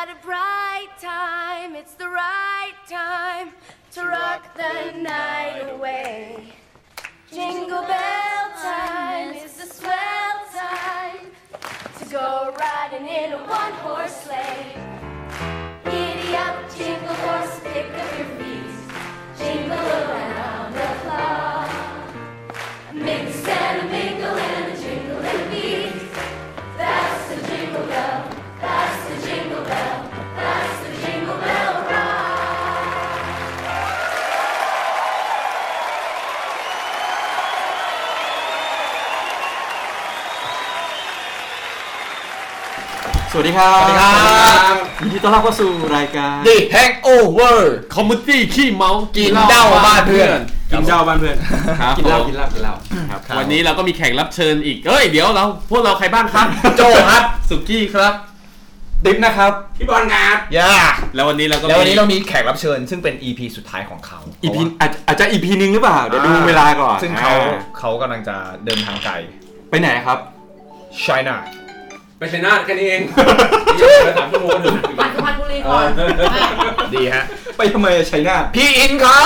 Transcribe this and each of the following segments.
What a bright time, it's the right time to rock the night away. Jingle bell time, it's the swell time to go riding in a one-horse sleigh. Giddy up, jingle horse, pick up your feet, jingle around the clock. Mix and a mingle and a jingle and a beat. That's the jingle bell, that's the jingle bell, that's the jingle bell rock. สวัสดีครับสวัสดีครับยินดีต้อนรับเข้าสู่รายการ The Hangover Comedy ขี้เมากินเหล้าบ้านเพื่อนกินเหล้าบ้านเพื่อนครับกินเหล้าครับวันนี้เราก็มีแขกรับเชิญอีกเดี๋ยวพวกเราใครบ้างครับโจครับสุกี้ครับติ๊บนะครับพี่บอลครับแล้ววันนี้เรามีแขกรับเชิญซึ่งเป็น EP สุดท้ายของเขา EP อาจจะ EP นึงหรือเปล่าเดี๋ยวดูเวลาก่อนซึ่งเขากำลังจะเดินทางไกลไปไหนครับ China ไปชัยนาทแค่นี้เองไป3 ชั่วโมงถึงไปสุพรรณบุรีก่อนดีฮะไปทำไมชัยนาทพี่อินครับ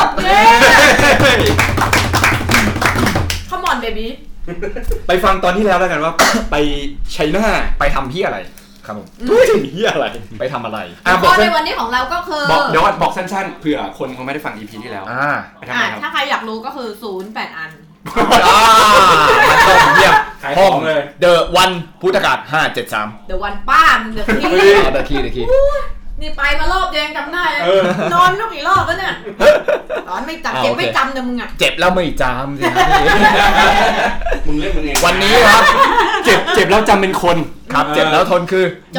Come on baby ไปฟังตอนที่แล้วกันว่าไปชัยนาทไปทำพี่อะไรครับผมพี่อะไรไปทำอะไรข้อในวันนี้ของเราก็คือเดี๋ยวบอกสั้นๆเผื่อคนเขาไม่ได้ฟัง EP ที่แล้วถ้าใครอยากรู้ก็คือ08 อันมันก็เยี่ยมห้องเลย The One พุทธกาล573 The One ป้ามึงThe Key นี่ไปมารอบเดียวจำได้เลยนอนลูกกี่รอบแล้วเนี่ยตอนไม่จำเจ็บไม่จำนะมึงอ่ะเจ็บแล้วไม่จำสิมึงเล่นมึงเองวันนี้ครับเจ็บแล้วจำเป็นคนครับเจ็บแล้วทนคือโจ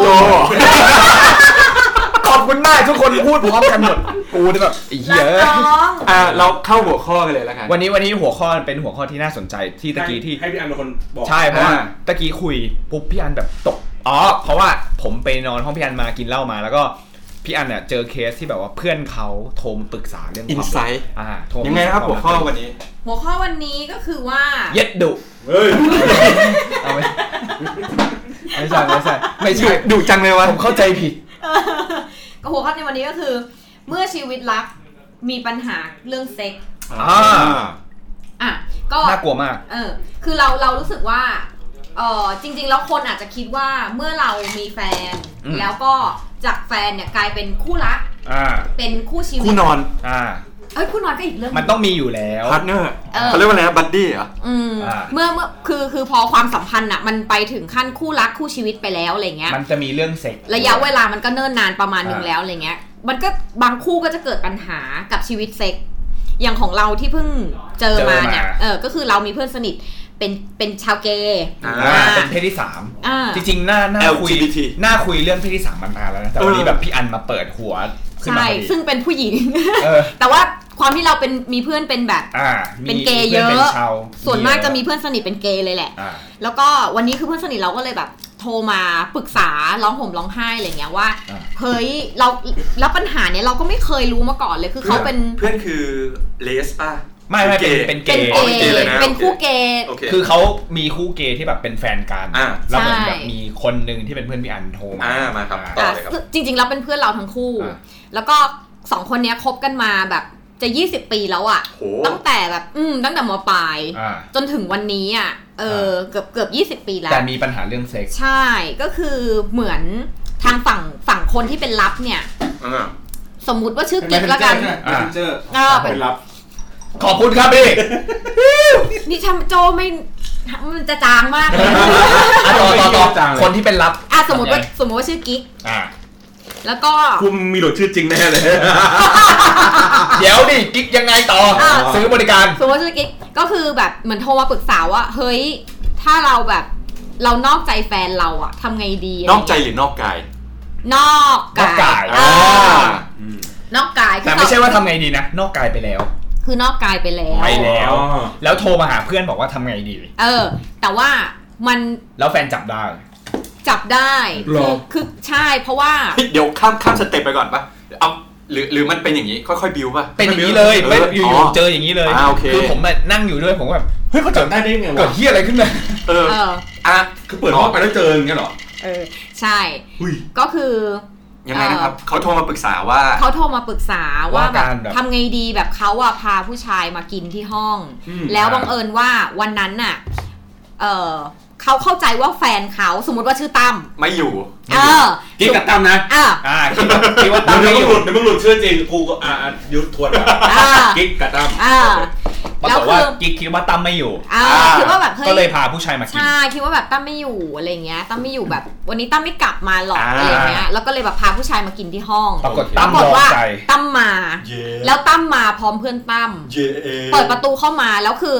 ขอบคุณมากทุกคนพูดพร้อมกันหมดกูนี่แบบไอ้เหี้ยเราเข้าหัวข้อกันเลยแล้วกันวันนี้หัวข้อเป็นหัวข้อที่น่าสนใจที่ตะกี้ที่ให้พี่อันเป็นคนบอกใช่เพราะว่าตะกี้คุยปุ๊บพี่อันแบบตกเพราะว่าผมไปนอนห้องพี่อันมากินเหล้ามาแล้วก็พี่อันเนี่ยเจอเคสที่แบบว่าเพื่อนเขาโทรมาปรึกษาเรื่องอินไซต์ยังไงครับหัวข้อวันนี้ก็คือว่าเย็ดดุเฮ้ยไม่ใช่ดุจังเลยวะผมเข้าใจผิดก็หัวข้อในวันนี้ก็คือเมื่อชีวิตรักมีปัญหาเรื่องเซ็กส์ก็น่ากลัวมากคือเรารู้สึกว่าจริงๆแล้วคนอาจจะคิดว่าเมื่อเรามีแฟนแล้วก็จากแฟนเนี่ยกลายเป็นคู่รักเป็นคู่ชีวิตคู่นอนคู่นอนก็อีกเรื่องมันต้องมีอยู่แล้วพาร์ทเนอร์เขาเรียกว่าอะไรบัดดี้เหรอเมื่อคือพอความสัมพันธ์อ่ะมันไปถึงขั้นคู่รักคู่ชีวิตไปแล้วอะไรเงี้ยมันจะมีเรื่องเซ็กระยะเวลามันก็เนิ่นนานประมาณนึงแล้วอะไรเงี้ยมันก็บางคู่ก็จะเกิดปัญหากับชีวิตเซ็กอย่างของเราที่เพิ่งเจอมาเนี่ยก็คือเรามีเพื่อนสนิทเป็นชาวเกย์เป็นเพศที่3จริงๆน่าคุยเรื่องเพศที่3มานานแล้วนะแต่วันนี้แบบพี่อันมาเปิดหัวใช่ซึ่งเป็นผู้หญิงแต่ว่าความที่เรามีเพื่อนเป็นแบบเป็นเกย์เยอะส่วนมากจะมีเพื่อนสนิทเป็นเกย์เลยแหละแล้วก็วันนี้คือเพื่อนสนิทเราก็เลยแบบโทรมาปรึกษาร้องห่มร้องไห้อะไรเงี้ยว่าเฮ้ยแล้วปัญหาเนี้ยเราก็ไม่เคยรู้มาก่อนเลยคือเขาเป็นเพื่อนคือเลสป่ะไม่เป็นเกย์เป็นคู่เกย์คือเขามีคู่เกย์ที่แบบเป็นแฟนกันแล้วเหมือนแบบมีคนนึงที่เป็นเพื่อนพี่อันโทรมาครับต่อเลยครับจริงๆแล้วเป็นเพื่อนเราทั้งคู่แล้วก็2คนนี้คบกันมาแบบจะ20 ปีแล้วอ่ะตั้งแต่แบบตั้งแต่ม.ปลายจนถึงวันนี้อ่ะเกือบ20 ปีแล้วแต่มีปัญหาเรื่องเซ็กส์ใช่ก็คือเหมือนทางฝั่งคนที่เป็นลับเนี่ยสมมุติว่าชื่อกิ๊กแล้วกันเป็นลับขอบคุณครับพี่นี่ทำโจไม่มันจะจางมากเลยต่อคนที่เป็นลับสมมติว่าชื่อกิ๊กแล้วก็คุณมีโหลดชื่อจริงแน่เลยเดี๋ยวดิกิ๊กยังไงต่อซื้อบริการสมมติว่าชื่อกิ๊กก็คือแบบเหมือนโทรมาปรึกษาว่าเฮ้ยถ้าเราแบบเรานอกใจแฟนเราอะทำไงดีนอกใจหรือนอกกายนอกกายนอกกายแต่ไม่ใช่ว่าทำไงดีนะนอกกายไปแล้วคือนอกกายไปแล้วโทรมาหาเพื่อนบอกว่าทำไงดีแต่ว่ามันแล้วแฟนจับได้คือใช่เพราะว่าเดี๋ยวข้ามสเต็ปไปก่อนป่ะเอาหรือมันเป็นอย่างนี้ค่อยๆบิวป่ะเป็นอย่างนี้เลยอยู่เจออย่างนี้เลยคือผมนั่งอยู่ด้วยผมแบบเฮ้ยเขาจับได้ยังไงวะเกิดเหี้ยอะไรขึ้นเลยคือเปิดห้องไปแล้วเจออย่างเงี้ยเหรอใช่ก็คือยังไงนะครับเขาโทรมาปรึกษาว่าแบบทำไงดีแบบเขาอะพาผู้ชายมากินที่ห้องแล้วบังเอิญว่าวันนั้นน่ะเขาเข้าใจว่าแฟนเขาสมมติว่าชื่อตั้มไม่อยู่กิ๊กกับตั้มนะคิดว่าตั้มไม่อยู่เดี๋ยวมึงหลุดชื่อจริงกูก็ยุทธทวนกิ๊กกับตั้มแล้วคือกิ๊กคิดว่าตั้มไม่อยู่คิดว่าแบบก็เลยพาผู้ชายมากินใช่คิดว่าแบบตั้มไม่อยู่อะไรเงี้ยตั้มไม่อยู่แบบวันนี้ตั้มไม่กลับมาหรอกอะไรเงี้ยแล้วก็เลยแบบพาผู้ชายมากินที่ห้องปรากฏตั้มว่าตั้มมาแล้วตั้มมาพร้อมเพื่อนตั้มเปิดประตูเข้ามาแล้วคือ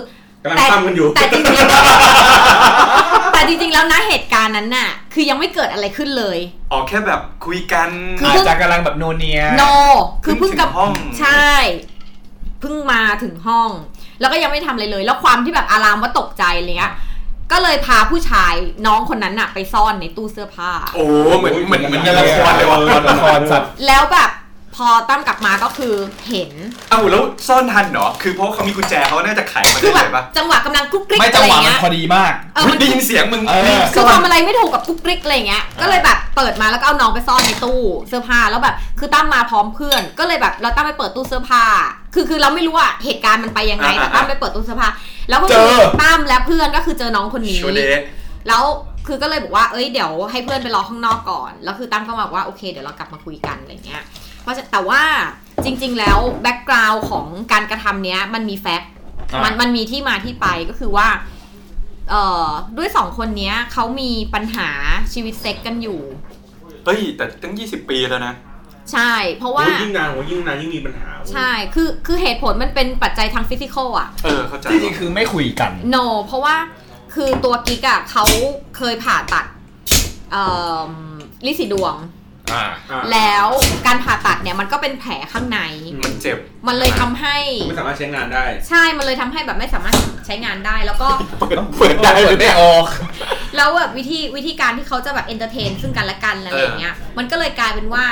แต่จริงๆแล้วนะเหตุการณ์นั้นน่ะคือยังไม่เกิดอะไรขึ้นเลยแค่แบบคุยกันอาจจะกำลังแบบโนเนียคือเพิ่งกับห้องใช่เพิ่งมาถึงห้องแล้วก็ยังไม่ทำอะไรเลยแล้วความที่แบบอารามว่าตกใจอะไรเงี้ยก็เลยพาผู้ชายน้องคนนั้นน่ะไปซ่อนในตู้เสื้อผ้าเหมือนในละครเลยว่ะละครสัตว์แล้วแบบพอตั้มกลับมาก็คือเห็นแล้วซ่อนทันเหรอคือเพราะเขามีกุญแจเขาน่าจะไขมาได้เลยปะจังหวะกำลังกุ๊กกริ๊กอะไรเงี้ยพอดีมากมันได้ยินเสียงมึงคือทำอะไรไม่ถูกกับกุ๊กกริ๊กอะไรเงี้ยก็เลยแบบเปิดมาแล้วก็เอาน้องไปซ่อนในตู้เสื้อผ้าแล้วแบบคือตั้มมาพร้อมเพื่อนก็เลยแบบเราตั้มไปเปิดตู้เสื้อผ้าคือเราไม่รู้ว่าเหตุการณ์มันไปยังไงแต่ตั้มไปเปิดตู้เสื้อผ้าแล้วก็คือตั้มและเพื่อนก็คือเจอน้องคนนี้แล้วคือก็เลยบอกว่าเดี๋ยวให้เพื่อนไปรอข้างนอกก่อนแล้วคือตั้มก็บอกว่าโอเคเดี๋ยวเรากลับมาคุยกันอะไรเงี้ยแต่ว่าจริงๆแล้วแบ็กกราวด์ของการกระทำเนี้ยมันมีแฟกต์มันมีที่มาที่ไปก็คือว่าด้วย2คนเนี้ยเขามีปัญหาชีวิตเซ็กกันอยู่แต่ตั้ง20 ปีแล้วนะใช่เพราะว่ายิ่งนานยิ่งมีปัญหาใช่คือเหตุผลมันเป็นปัจจัยทางฟิสิกอลอ่ะเข้าใจจริงๆคือไม่คุยกัน no เพราะว่าคือตัวกิ๊กอ่ะเขาเคยผ่าตัดลินสีดวงแล้วการผ่าตัดเนี่ยมันก็เป็นแผลข้างในมันเจ็บมันเลยทำให้ไม่สามารถใช้งานได้ใช่มันเลยทำให้แบบไม่สามารถใช้งานได้แล้วก็เปิดได้ไม่ออกแล้วแบบวิธีการที่เขาจะแบบเอนเตอร์เทนซึ่งกันและกันอะไรอย่างเงี้ยมันก็เลยกลายเป็นว่า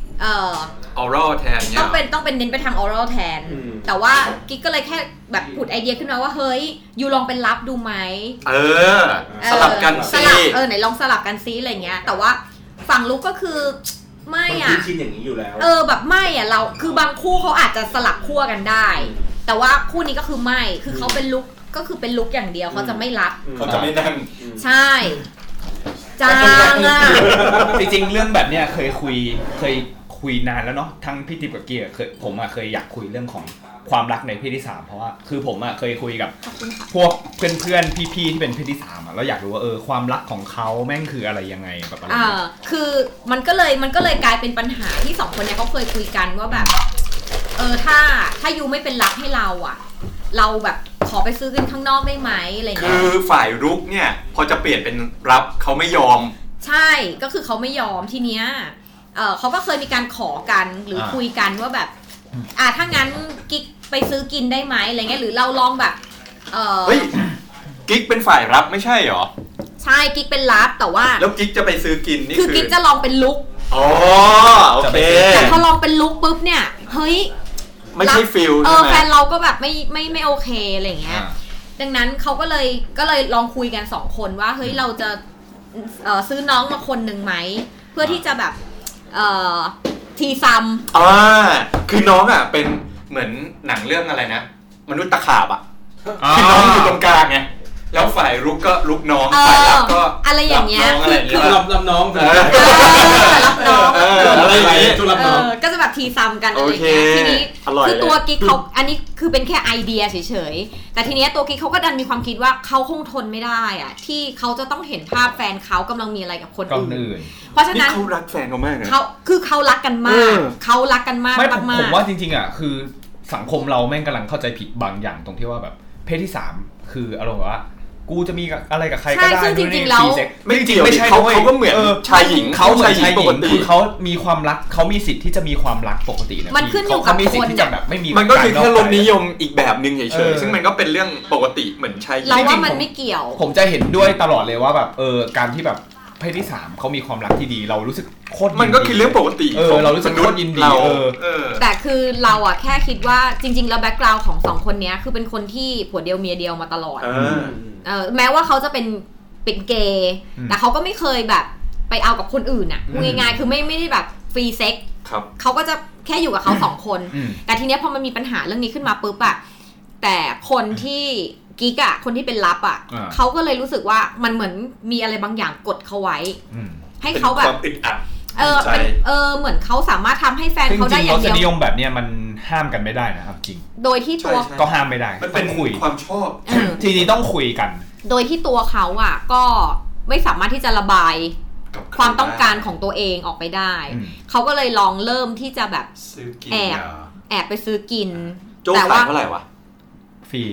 oral แทนเนี่ยต้องเป็นเน้นไปทาง oral แทนแต่ว่ากิ๊กก็เลยแค่แบบผุดไอเดียขึ้นมาว่าเฮ้ยยูลองเป็นลับดูไหมสลับกันซิไหนลองสลับกันซิอะไรเงี้ยแต่ว่าฝั่งลุกก็คือไม่ชินอย่างนี้อยู่แล้วแบบไม่เราคือบางคู่เขาอาจจะสลับขั้วกันได้แต่ว่าคู่นี้ก็คือไม่คือเขาเป็นลุกก็คือเป็นลุกอย่างเดียวเขาจะไม่รับเขาจะไม่นั่งใช่จ้างจริงๆเรื่องแบบเนี้ยเคยคุยนานแล้วเนาะทั้งพี่ติ๊บกับเกียร์ผมเคยอยากคุยเรื่องของความรักในเพศที่3เพราะว่าคือผมเคยคุยกับพวกเพื่อนๆพี่ๆที่เป็นเพศที่3แล้วอยากรู้ว่าความรักของเขาแม่งคืออะไรยังไงแบบอะไรคือมันก็เลยกลายเป็นปัญหาที่2คนเนี่ยเขาเคยคุยกันว่าแบบถ้ายูไม่เป็นรักให้เราอ่ะเราแบบขอไปซื้อกันข้างนอกได้ไหมอะไรเงี้ยคือฝ่ายรุกเนี่ยพอจะเปลี่ยนเป็นรับเขาไม่ยอมใช่ก็คือเขาไม่ยอมทีเนี้ยเขาก็เคยมีการขอกันหรือคุยกันว่าแบบถ้างั้นกิ๊กไปซื้อกินได้ไหมอะไรเงี้ยหรือเราลองแบบเฮ้ยกิ๊กเป็นฝ่ายรับไม่ใช่หรอใช่กิ๊กเป็นรับแต่ว่าแล้วกิ๊กจะไปซื้อกินนี่คือกิ๊กจะลองเป็นลุกโอเคแต่พอลองเป็นลุกปุ๊บเนี่ยเฮ้ยไม่ใช่ฟิลใช่ไหมแฟนเราก็แบบไม่โอเคอะไรเงี้ยดังนั้นเขาก็เลยลองคุยกัน2คนว่าเฮ้ยเราจะซื้อน้องมาคนนึงไหมเพื่อที่จะแบบทีซัมคือน้องเป็นเหมือนหนังเรื่องอะไรนะมนุษย์ตะขาบคือน้องอยู่ตรงกลางไงแล้วฝ่ายรุกก็รุกน้องฝ่ายรับก็อะไรอย่างเงี้ยคือรับน้องรับน้องอะไรอย่างเงี้ยรับน้องก็จะแบบทีซัมกันอะไรอย่างเงี้ยทีนี้คือตัวกิ๊กเขาอันนี้คือเป็นแค่ไอเดียเฉยๆแต่ทีนี้ตัวกิ๊กเขาก็ดันมีความคิดว่าเขาคงทนไม่ได้ที่เขาจะต้องเห็นภาพแฟนเขากำลังมีอะไรกับคนอื่นเพราะฉะนั้นเขารักแฟนเขามากนะเขารักกันมากเขารักกันมากมากผมว่าจริงๆคือสังคมเราแม่งกำลังเข้าใจผิดบางอย่างตรงที่ว่าแบบเพศที่3คืออารมณ์ว่ากูจะมีอะไรกับใครก็ได้จริงๆแล้วไม่จริงไม่ใช่เขาก็เหมือนชายหญิงเขาเหมือนชายหญิงคือเขามีความรักเขามีสิทธิ์ที่จะมีความรักปกตินะมันขึ้นอยู่กับคนที่จะแบบไม่มีมันก็คือแค่รสนิยมอีกแบบนึงเฉยๆซึ่งมันก็เป็นเรื่องปกติเหมือนชายหญิงเราว่ามันไม่เกี่ยวผมจะเห็นด้วยตลอดเลยว่าแบบการที่แบบเพศที่3เขามีความรักที่ดีเรารู้สึกโคตรมันก็คือเรื่องปกติเรารู้สึกโคตรยินดีแต่คือเราแค่คิดว่าจริงๆแล้วแบ็คกราวด์ของ2คนนี้คือเป็นคนที่ผัวเดียวเมียเดียวมาตลอดแม้ว่าเขาจะเป็นเกย์แต่เขาก็ไม่เคยแบบไปไปเอากับคนอื่นอ่ะง่ายๆคือไม่ได้แบบฟรีเซ็กเขาก็จะแค่อยู่กับเขา2 คนแต่ทีเนี้ยพอมันมีปัญหาเรื่องนี้ขึ้นมาปุ๊บอะแต่คนที่กิ๊กอะคนที่เป็นลับอะเขาก็เลยรู้สึกว่ามันเหมือนมีอะไรบางอย่างกดเขาไว้ให้เขาแบบความอึดอัดเหมือนเขาสามารถทำให้แฟนเขาได้อย่างเดียวจริงๆรสนิยมแบบเนี้ยมันห้ามกันไม่ได้นะครับจริงโดยที่ตัวก็ห้ามไม่ได้มันเป็นความชอบทีนี้ต้องคุยกันโดยที่ตัวเขาอะก็ไม่สามารถที่จะระบายความต้องการของตัวเองออกไปได้เขาก็เลยลองเริ่มที่จะแบบแอบไปซื้อกินแต่ว่าเท่าไหร่วะฟรี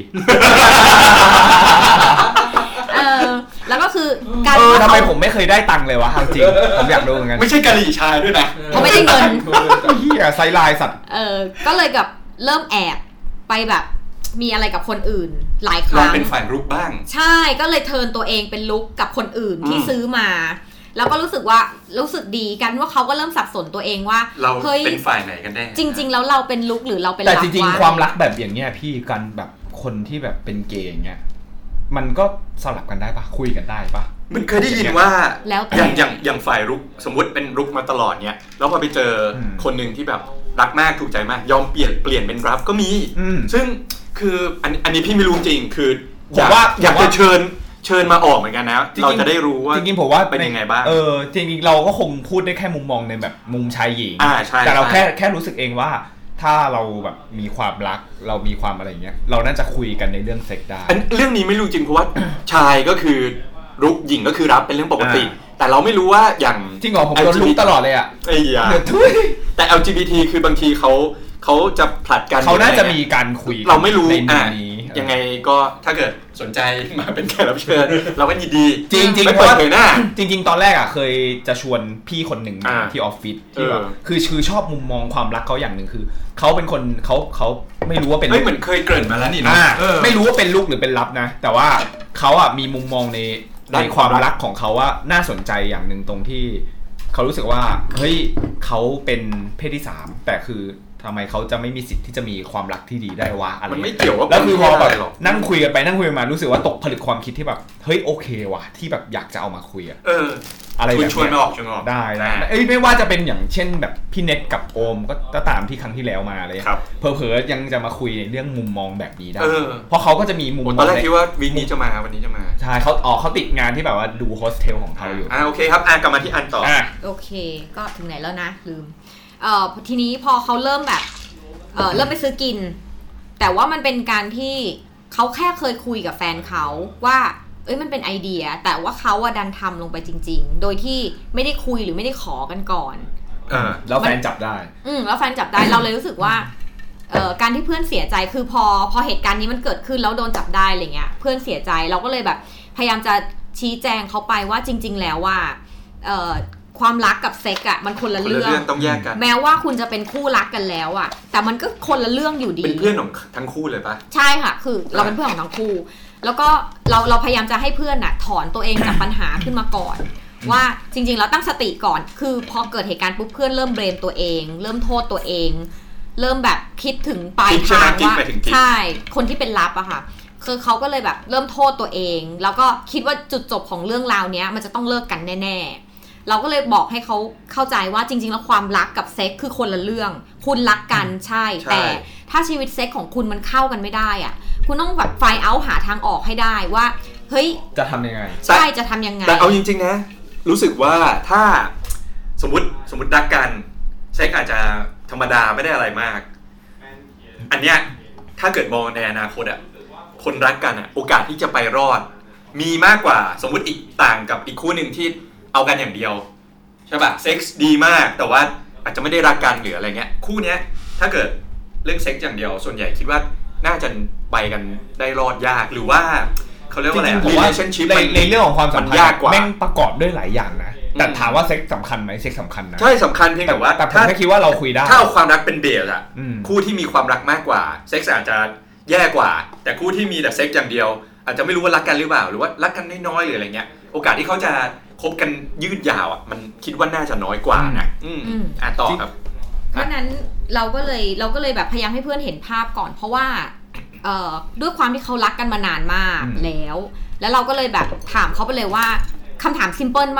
แล้วก็คือการทำไมผมไม่เคยได้ตังค์เลยวะจริงผมอยากรู้เหมือนกันไม่ใช่กะหรี่ชายด้วยนะเขาไม่ได้เงินเหี้ยไซไลน์สัตว์ก็เลยกับเริ่มแอบไปแบบมีอะไรกับคนอื่นหลายครั้งเราเป็นฝ่ายรุกบ้างใช่ก็เลยเทิร์นตัวเองเป็นลุกกับคนอื่นที่ซื้อมาแล้วก็รู้สึกดีกันว่าเขาก็เริ่มสับสนตัวเองว่าเราเป็นฝ่ายไหนกันแน่จริงๆแล้วเราเป็นลุกหรือเราเป็นแต่จริงๆความรักแบบอย่างเงี้ยพี่กันแบบคนที่แบบเป็นเกย์อย่างเงี้ยมันก็สลับกันได้ปะคุยกันได้ปะมันเคยได้ยินว่าอย่างฝ่ายรุกสมมติเป็นรุกมาตลอดเนี้ยแล้วพอไปเจอคนหนึ่งที่แบบรักมากถูกใจมากยอมเปลี่ยนเป็นรับก็มีซึ่งคืออันนี้พี่ไม่รู้จริงคืออยากจะเชิญมาออกเหมือนกันนะเราจะได้รู้ว่าจริงๆผมว่าเป็นยังไงบ้างจริงๆเราก็คงพูดได้แค่มุมมองในแบบมุมชายหญิงแต่เราแค่รู้สึกเองว่าถ้าเราแบบมีความรักเรามีความอะไรเงี้ยเราน่าจะคุยกันในเรื่องเซ็กได้เรื่องนี้ไม่รู้จริงเพราะว่าชายก็คือรุกหญิงก็คือรับเป็นเรื่องปกติแต่เราไม่รู้ว่าอย่างจริงเหรอผมโดนรุกตลอดเลยอ่ะไอ้ยาแต่ LGBT คือบางทีเขาจะผลัดกันเขาน่าจะมีการคุยเราไม่รู้ยังไงก็ถ้าเกิดสนใจมาเป็นแขกรับเชิญเราก็ยินดีจริงๆไม่เปิดเผยหน้าจริงๆตอนแรกอ่ะเคยจะชวนพี่คนหนึ่งมาที่ออฟฟิศที่แบบคือชอบมุมมองความรักเขาอย่างหนึ่งคือเขาเป็นคนเขาไม่รู้ว่าเป็นเหมือนเคยเกริ่นมาแล้วนี่นะไม่รู้ว่าเป็นลูกหรือเป็นลับนะแต่ว่าเขาอ่ะมีมุมมองในความรักของเขาว่าน่าสนใจอย่างหนึ่งตรงที่เขารู้สึกว่าเฮ้ยเขาเป็นเพศที่3แต่คือทำไมเขาจะไม่มีสิทธิ์ที่จะมีความรักที่ดีได้วะอะไรมันไม่เกี่ยวว่าแล้วคือพอแบบนั่งคุยกันไปนั่งคุยมารู้สึกว่าตกผลึกความคิดที่แบบเฮ้ยโอเคว่ะที่แบบอยากจะเอามาคุยอะไรแบบนี้ชวนออกได้ไม่ว่าจะเป็นอย่างเช่นแบบพี่เน็ตกับโอมก็ตามที่ครั้งที่แล้วมาเลยเผลอๆยังจะมาคุยในเรื่องมุมมองแบบนี้ได้เพราะเขาก็จะมีมุมมองตอนแรกคิดว่าวีคนี้จะมาวันนี้จะมาใช่เขาติดงานที่แบบว่าดูโฮสเทลของเขาอยู่โอเคครับกลับมาที่อันต่อโอเคก็ถึงไหนแล้วนะลืมทีนี้พอเขาเริ่มแบบเริ่มไปซื้อกินแต่ว่ามันเป็นการที่เขาแค่เคยคุยกับแฟนเขาว่ามันเป็นไอเดียแต่ว่าเขาดันทำลงไปจริงๆโดยที่ไม่ได้คุยหรือไม่ได้ขอกันก่อนแล้วแฟนจับได้แล้วแฟนจับได้เราเลยรู้สึกว่าการที่เพื่อนเสียใจคือพอเหตุการณ์นี้มันเกิดขึ้นแล้วโดนจับได้อะไรเงี้ยเพื่อนเสียใจเราก็เลยแบบพยายามจะชี้แจงเขาไปว่าจริงๆแล้วว่าความรักกับเซ็กมันคนละเรื่องต้องแยกกันแม้ว่าคุณจะเป็นคู่รักกันแล้วแต่มันก็คนละเรื่องอยู่ดีเป็นเพื่อนของทั้งคู่เลยปะใช่ค่ะคือเราเป็นเพื่อนของทั้งคู่แล้วก็เราพยายามจะให้เพื่อนถอนตัวเองจากปัญหาขึ้นมาก่อนว่าจริงๆเราตั้งสติก่อนคือพอเกิดเหตุการณ์ปุ๊บเพื่อนเริ่มเบรมตัวเองเริ่มโทษตัวเองเริ่มแบบคิดถึงปลายทางว่าใช่คนที่เป็นลับค่ะคือเขาก็เลยแบบเริ่มโทษตัวเองแล้วก็คิดว่าจุดจบของเรื่องราวนี้มันจะต้องเลิกกันแน่ๆเราก็เลยบอกให้เขาเข้าใจว่าจริงๆแล้วความรักกับเซ็กคือคนละเรื่องคุณรักกันใช่แต่ถ้าชีวิตเซ็กของคุณมันเข้ากันไม่ได้คุณต้องแบบไฟเอาหาทางออกให้ได้ว่าเฮ้ยจะทำยังไงใช่จะทำยังไงแต่เอาจริงๆนะรู้สึกว่าถ้าสมมติรักกันเซ็กอาจจะธรรมดาไม่ได้อะไรมากอันเนี้ยถ้าเกิดมองในอนาคตคนรักกันโอกาสที่จะไปรอดมีมากกว่าสมมติอีกต่างกับอีกคู่หนึ่งที่เอากันอย่างเดียวใช่ป่ะเซ็กส์ดีมากแต่ว่าอาจจะไม่ได้รักกันหรืออะไรเงี้ยคู่เนี้ยถ้าเกิดเรื่องเซ็กส์อย่างเดียวส่วนใหญ่คิดว่าน่าจะไปกันได้รอดยากหรือว่าเขาเรียกว่าอะไร relationship ในเรื่องของความสัมพันธ์แม่งประกอบด้วยหลายอย่างนะแต่ถามว่าเซ็กส์สำคัญไหมเซ็กส์สำคัญนะใช่สำคัญเพียงแต่ว่าผมแค่คิดว่าเราคุยได้ถ้าเอาความรักเป็นเบสคู่ที่มีความรักมากกว่าเซ็กส์อาจจะแย่กว่าแต่คู่ที่มีแต่เซ็กส์อย่างเดียวอาจจะไม่รู้ว่ารักกันหรือเปล่าหรือว่ารักกันน้อยๆหรืออะไรเงี้ยโอกาสที่เขาจะคบกันยืดยาวมันคิดว่าน่าจะน้อยกว่านะต่อครับเพราะนั้นเราก็เลยแบบพยายามให้เพื่อนเห็นภาพก่อนเพราะว่าด้วยความที่เขารักกันมานานมากแล้วเราก็เลยแบบถามเขาไปเลยว่าคำถามซิมเปิลมาก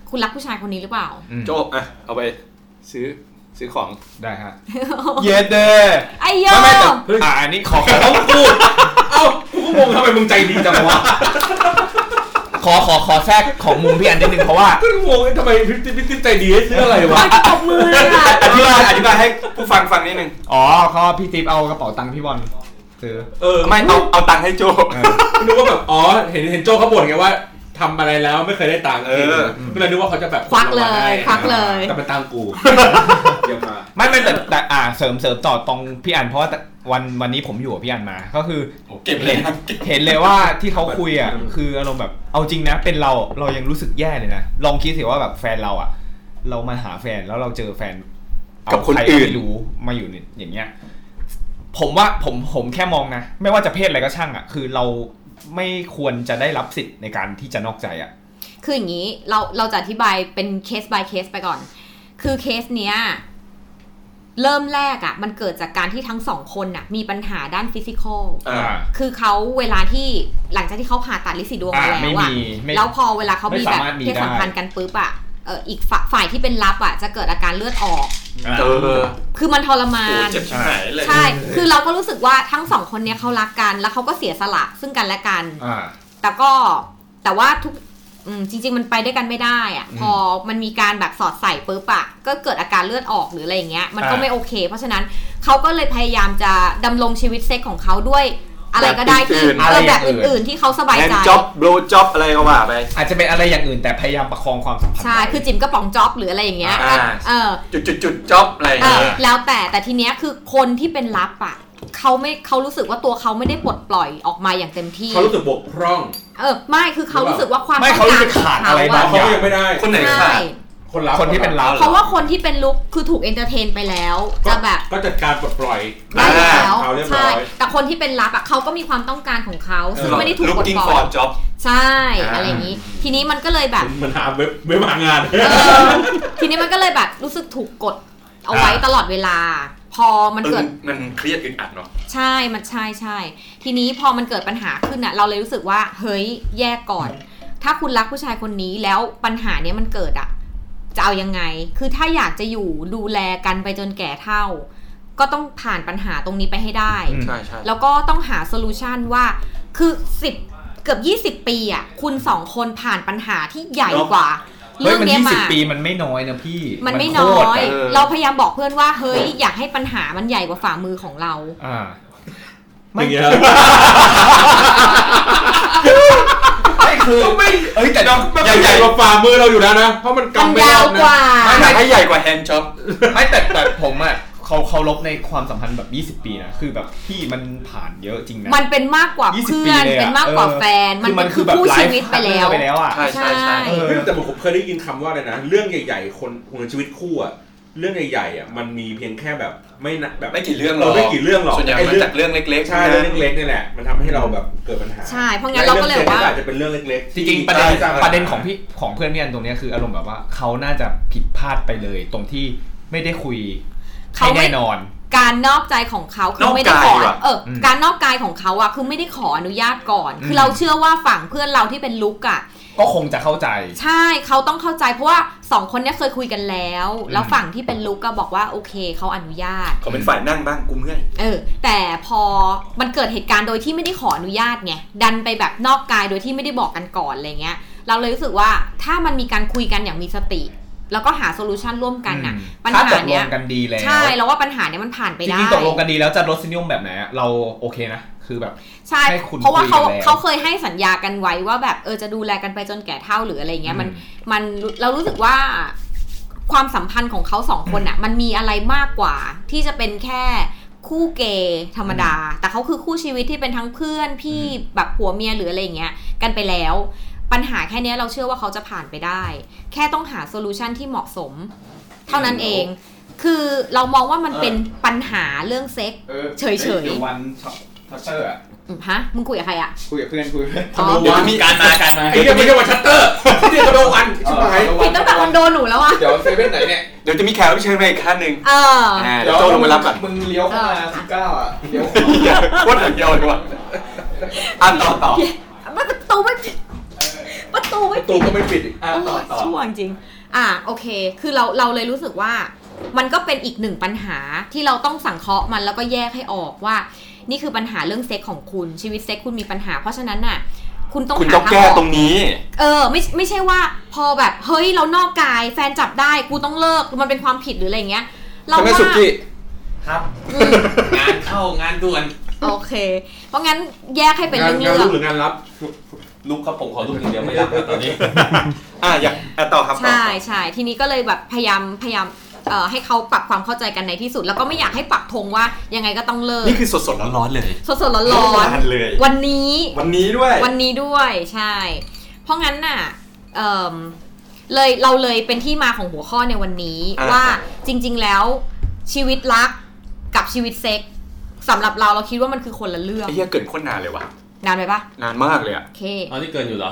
คุณรักผู้ชายคนนี้หรือเปล่าโจอ่ะเอาไปซื้อของได้ฮะเย็ดเด้ไอ้โยไม่แต่อันนี้ขอต้องพูดเอ้ากูงงทำไมมึงใจดีจังวะขอแทรกของมุมพี่อันนิดนึงเพราะว่าก็งงทำไมพี่ติ๊บใจดีซื้ออะไรวะตบมือเลยค่ะอธิบายให้ผู้ฟังนิดนึงเขาพี่ติ๊บเอากระเป๋าตังค์พี่บอลซื้อไม่เอาตังค์ให้โจนึกว่าแบบเห็นโจเขาบ่นไงว่าทำอะไรแล้วไม่เคยได้ตังค์ก็เลยนึกว่าเขาจะแบบควักเลยแต่เป็นตังค์กูเดี๋ยวมาไม่แต่เสริมต่อตรงพี่อันเพราะว่าวันนี้ผมอยู่กับพี่อันมาก็คือเก็บเลยเห็นเลยว่าที่เขาคุยอ่ะคืออารมณ์แบบเอาจริงนะเป็นเรายังรู้สึกแย่เลยนะลองคิดสิว่าแบบแฟนเราอ่ะเรามาหาแฟนแล้วเราเจอแฟนกับคนอื่นไม่รู้มาอยู่อย่างเงี้ยผมว่าผมแค่มองนะไม่ว่าจะเพศอะไรก็ช่างอ่ะคือเราไม่ควรจะได้รับสิทธิ์ในการที่จะนอกใจอ่ะคืออย่างนี้เราจะอธิบายเป็นเคส by เคสไปก่อนคือเคสเนี้ยเริ่มแรกอ่ะมันเกิดจากการที่ทั้งสองคนน่ะมีปัญหาด้านฟิสิกอลคือเขาเวลาที่หลังจากที่เขาผ่าตัดลินสีดวงมาแล้วอ่ะแล้วพอเวลาเขามีแบบเพศสัมพันธ์กันปุ๊บอ่ะอีกฝ่ายที่เป็นลับอ่ะจะเกิดอาการเลือดออกคือมันทรมานใช่คือเราก็รู้สึกว่าทั้งสองคนเนี้ยเขารักกันแล้วเขาก็เสียสละซึ่งกันและกันแต่ว่าทุกจริงๆมันไปด้วยกันไม่ได้อ่ะพอมันมีการแบบสอดใส่ปุ๊บอ่ะก็เกิดอาการเลือดออกหรืออะไรอย่างเงี้ยมันก็ไม่โอเคเพราะฉะนั้นเขาก็เลยพยายามจะดำรงชีวิตเซ็กของเขาด้วยอะไรก็ได้ที่แบบอื่นๆที่เขาสบายใจจ็อบโบรจ็อบอะไรก็ว่าไปอาจจะเป็นอะไรอย่างอื่นแต่พยายามประคองความสัมพันธ์ใช่คือจิ๋มกระป๋องจ็อบหรืออะไรอย่างเงี้ยจุดจ็อบอะไรแล้วแต่ทีเนี้ยคือคนที่เป็นลับอ่ะเขารู้สึกว่าตัวเขาไม่ได้ปลดปล่อยออกมาอย่างเต็มที่เขารู้สึกบกพร่องไม่คือเขารู้สึกว่าความต้องการขาดอะไรบางอย่างเขายังไม่ได้คนไหนขาดคนที่เป็นลับเพราะว่าคนที่เป็นลุกคือถูกเอนเตอร์เทนไปแล้วจะแบบก็จัดการปลดปล่อยได้แล้วใช่แต่คนที่เป็นลับอ่ะเขาก็มีความต้องการของเขาซึ่งไม่ได้ถูกปลดปล่อยใช่อะไรอย่างนี้ทีนี้มันก็เลยแบบมันหาเว็บหางานทีนี้มันก็เลยแบบรู้สึกถูกกดเอาไว้ตลอดเวลาพอมันเกิดมันเครียดอึดอัดเนาะใช่มันใช่ทีนี้พอมันเกิดปัญหาขึ้นอ่ะเราเลยรู้สึกว่าเฮ้ยแยกก่อนถ้าคุณรักผู้ชายคนนี้แล้วปัญหาเนี้ยมันเกิดอ่ะจะเอายังไงคือถ้าอยากจะอยู่ดูแลกันไปจนแก่เฒ่าก็ต้องผ่านปัญหาตรงนี้ไปให้ได้แล้วก็ต้องหาโซลูชันว่าคือเกือบ20ปีอ่ะคุณ2คนผ่านปัญหาที่ใหญ่กว่าเรื่องนี้มา20 ปีมันไม่น้อยนะพี่มันไม่น้อยเราพยายามบอกเพื่อนว่าเฮ้ยอยากให้ปัญหามันใหญ่กว่าฝ่ามือของเราไม่ไม่คือไม่แต่ใหญ่กว่าฝ่ามือเราอยู่แล้วนะเพราะมันกำไม่ได้นะไม่ให้ใหญ่กว่าแฮนด์จ็อบไม่แต่ผมอ่ะเขาลบในความสัมพันธ์แบบ20 ปีนะคือแบบพี่มันผ่านเยอะจริงนะมันเป็นมากกว่าเพื่อนเป็นมากกว่าแฟนมันคือคู่ชีวิตไปแล้วอ่ะใช่แต่ผมเคยได้ยินคำว่าอะไรนะเรื่องใหญ่ๆคนชีวิตคู่อ่ะเรื่องใหญ่ๆอ่ะมันมีเพียงแค่แบบไม่กี่เรื่องหรอกส่วนใหญ่มาจากเรื่องเล็กๆใช่เรื่องเล็กๆนี่แหละมันทำให้เราแบบเกิดปัญหาใช่เพราะงั้นเราก็เลยว่าอาจจะเป็นเรื่องเล็กๆจริงๆประเด็นของเพื่อนพี่อันตรงนี้คืออารมณ์แบบว่าเขาน่าจะผิดพลาดไปเลยตรงที่ไม่ได้คุยให้แน่นอนการนอกใจของเขาคือไม่ได้ขอการนอกกายของเขาอ่ะคือไม่ได้ขออนุญาตก่อนคือเราเชื่อว่าฝั่งเพื่อนเราที่เป็นลุกอ่ะก็คงจะเข้าใจใช่เขาต้องเข้าใจเพราะว่า2คนนี้เคยคุยกันแล้วฝั่งที่เป็นลุกก็บอกว่าโอเคเขาอนุญาตเขาเป็นฝ่ายนั่งบ้างกูเมื่อยแต่พอมันเกิดเหตุการณ์โดยที่ไม่ได้ขออนุญาตไงดันไปแบบนอกกายโดยที่ไม่ได้บอกกันก่อนอะไรเงี้ยเราเลยรู้สึกว่าถ้ามันมีการคุยกันอย่างมีสติแล้วก็หาโซลูชันร่วมกันน่ะปัญหาเนี้ยกันดีแล้วใช่แล้วว่าปัญหาเนี้ยมันผ่านไปได้จริงๆตกลงกันดีแล้วจะรสนิยมแบบไหนเราโอเคนะคือแบบใช่เพราะว่าเขาเคยให้สัญญากันไว้ว่าแบบจะดูแลกันไปจนแก่เฒ่าหรืออะไรเงี้ยมันเรารู้สึกว่าความสัมพันธ์ของเขา2คนน่ะมันมีอะไรมากกว่าที่จะเป็นแค่คู่เกย์ธรรมดาแต่เขาคือคู่ชีวิตที่เป็นทั้งเพื่อนพี่แบบผัวเมียหรืออะไรเงี้ยกันไปแล้วปัญหาแค่นี้เราเชื่อว่าเขาจะผ่านไปได้แค่ต้องหาโซลูชันที่เหมาะสมเท่านั้นเองคือเรามองว่ามันเป็นปัญหาเรื่องเซ็กเฉยๆวันชัตเตอร์อ่ะฮะมึงคุยกับใครอ่ะคุยกับเพื่อนคุยเดี๋ยวมีการมาไอ้เรื่องไม่ใช่วันชัตเตอร์ที่เรียกว่าวันใช่ไหมปิดตั้งแต่คอนโดหนูแล้วอ่ะเดี๋ยวเซเว่นไหนเนี่ยเดี๋ยวจะมีแขกรับเชิญมาอีกท่านนึงเดี๋ยวโจลงมารับก่อนมึงเลี้ยวเข้ามา19อ่ะเลี้ยวโคตรเดียวเลยว่ะต่อประตูตูไม่ประตูก็ไม่ปิดอีกต่อช่วงจริงโอเคคือเราเลยรู้สึกว่ามันก็เป็นอีกหนึ่งปัญหาที่เราต้องสังเคราะห์มันแล้วก็แยกให้ออกว่านี่คือปัญหาเรื่องเซ็กของคุณชีวิตเซ็กคุณมีปัญหาเพราะฉะนั้นน่ะคุณต้องแก้ตรงนี้ไม่ใช่ว่าพอแบบเฮ้ยเรานอกกายแฟนจับได้กูต้องเลิกมันเป็นความผิดหรืออะไรเงี้ยเราว่าครับงานเข้างานด่วนโอเคเพราะงั้นแยกให้เป็นเรื่องงานลุกหรืองานรับลุกครับผมขอลุกอย่างเดียวไม่รับตอนนี้อยากต่อครับใช่ทีนี้ก็เลยแบบพยายามให้เขาปรับความเข้าใจกันในที่สุดแล้วก็ไม่อยากให้ปักธงว่ายังไงก็ต้องเลิกนี่คือสดๆร้อนๆเลยสดๆร้อนๆเลยวันนี้ด้วยใช่เพราะงั้นน่ะเลยเราเลยเป็นที่มาของหัวข้อในวันนี้ว่าจริงๆแล้วชีวิตรักกับชีวิตเซ็กสำหรับเราคิดว่ามันคือคนละเรื่องเกินโคตรนานเลยว่ะนานไปปะนานมากเลยอ่ะโอเคนี่เกินอยู่เหรอ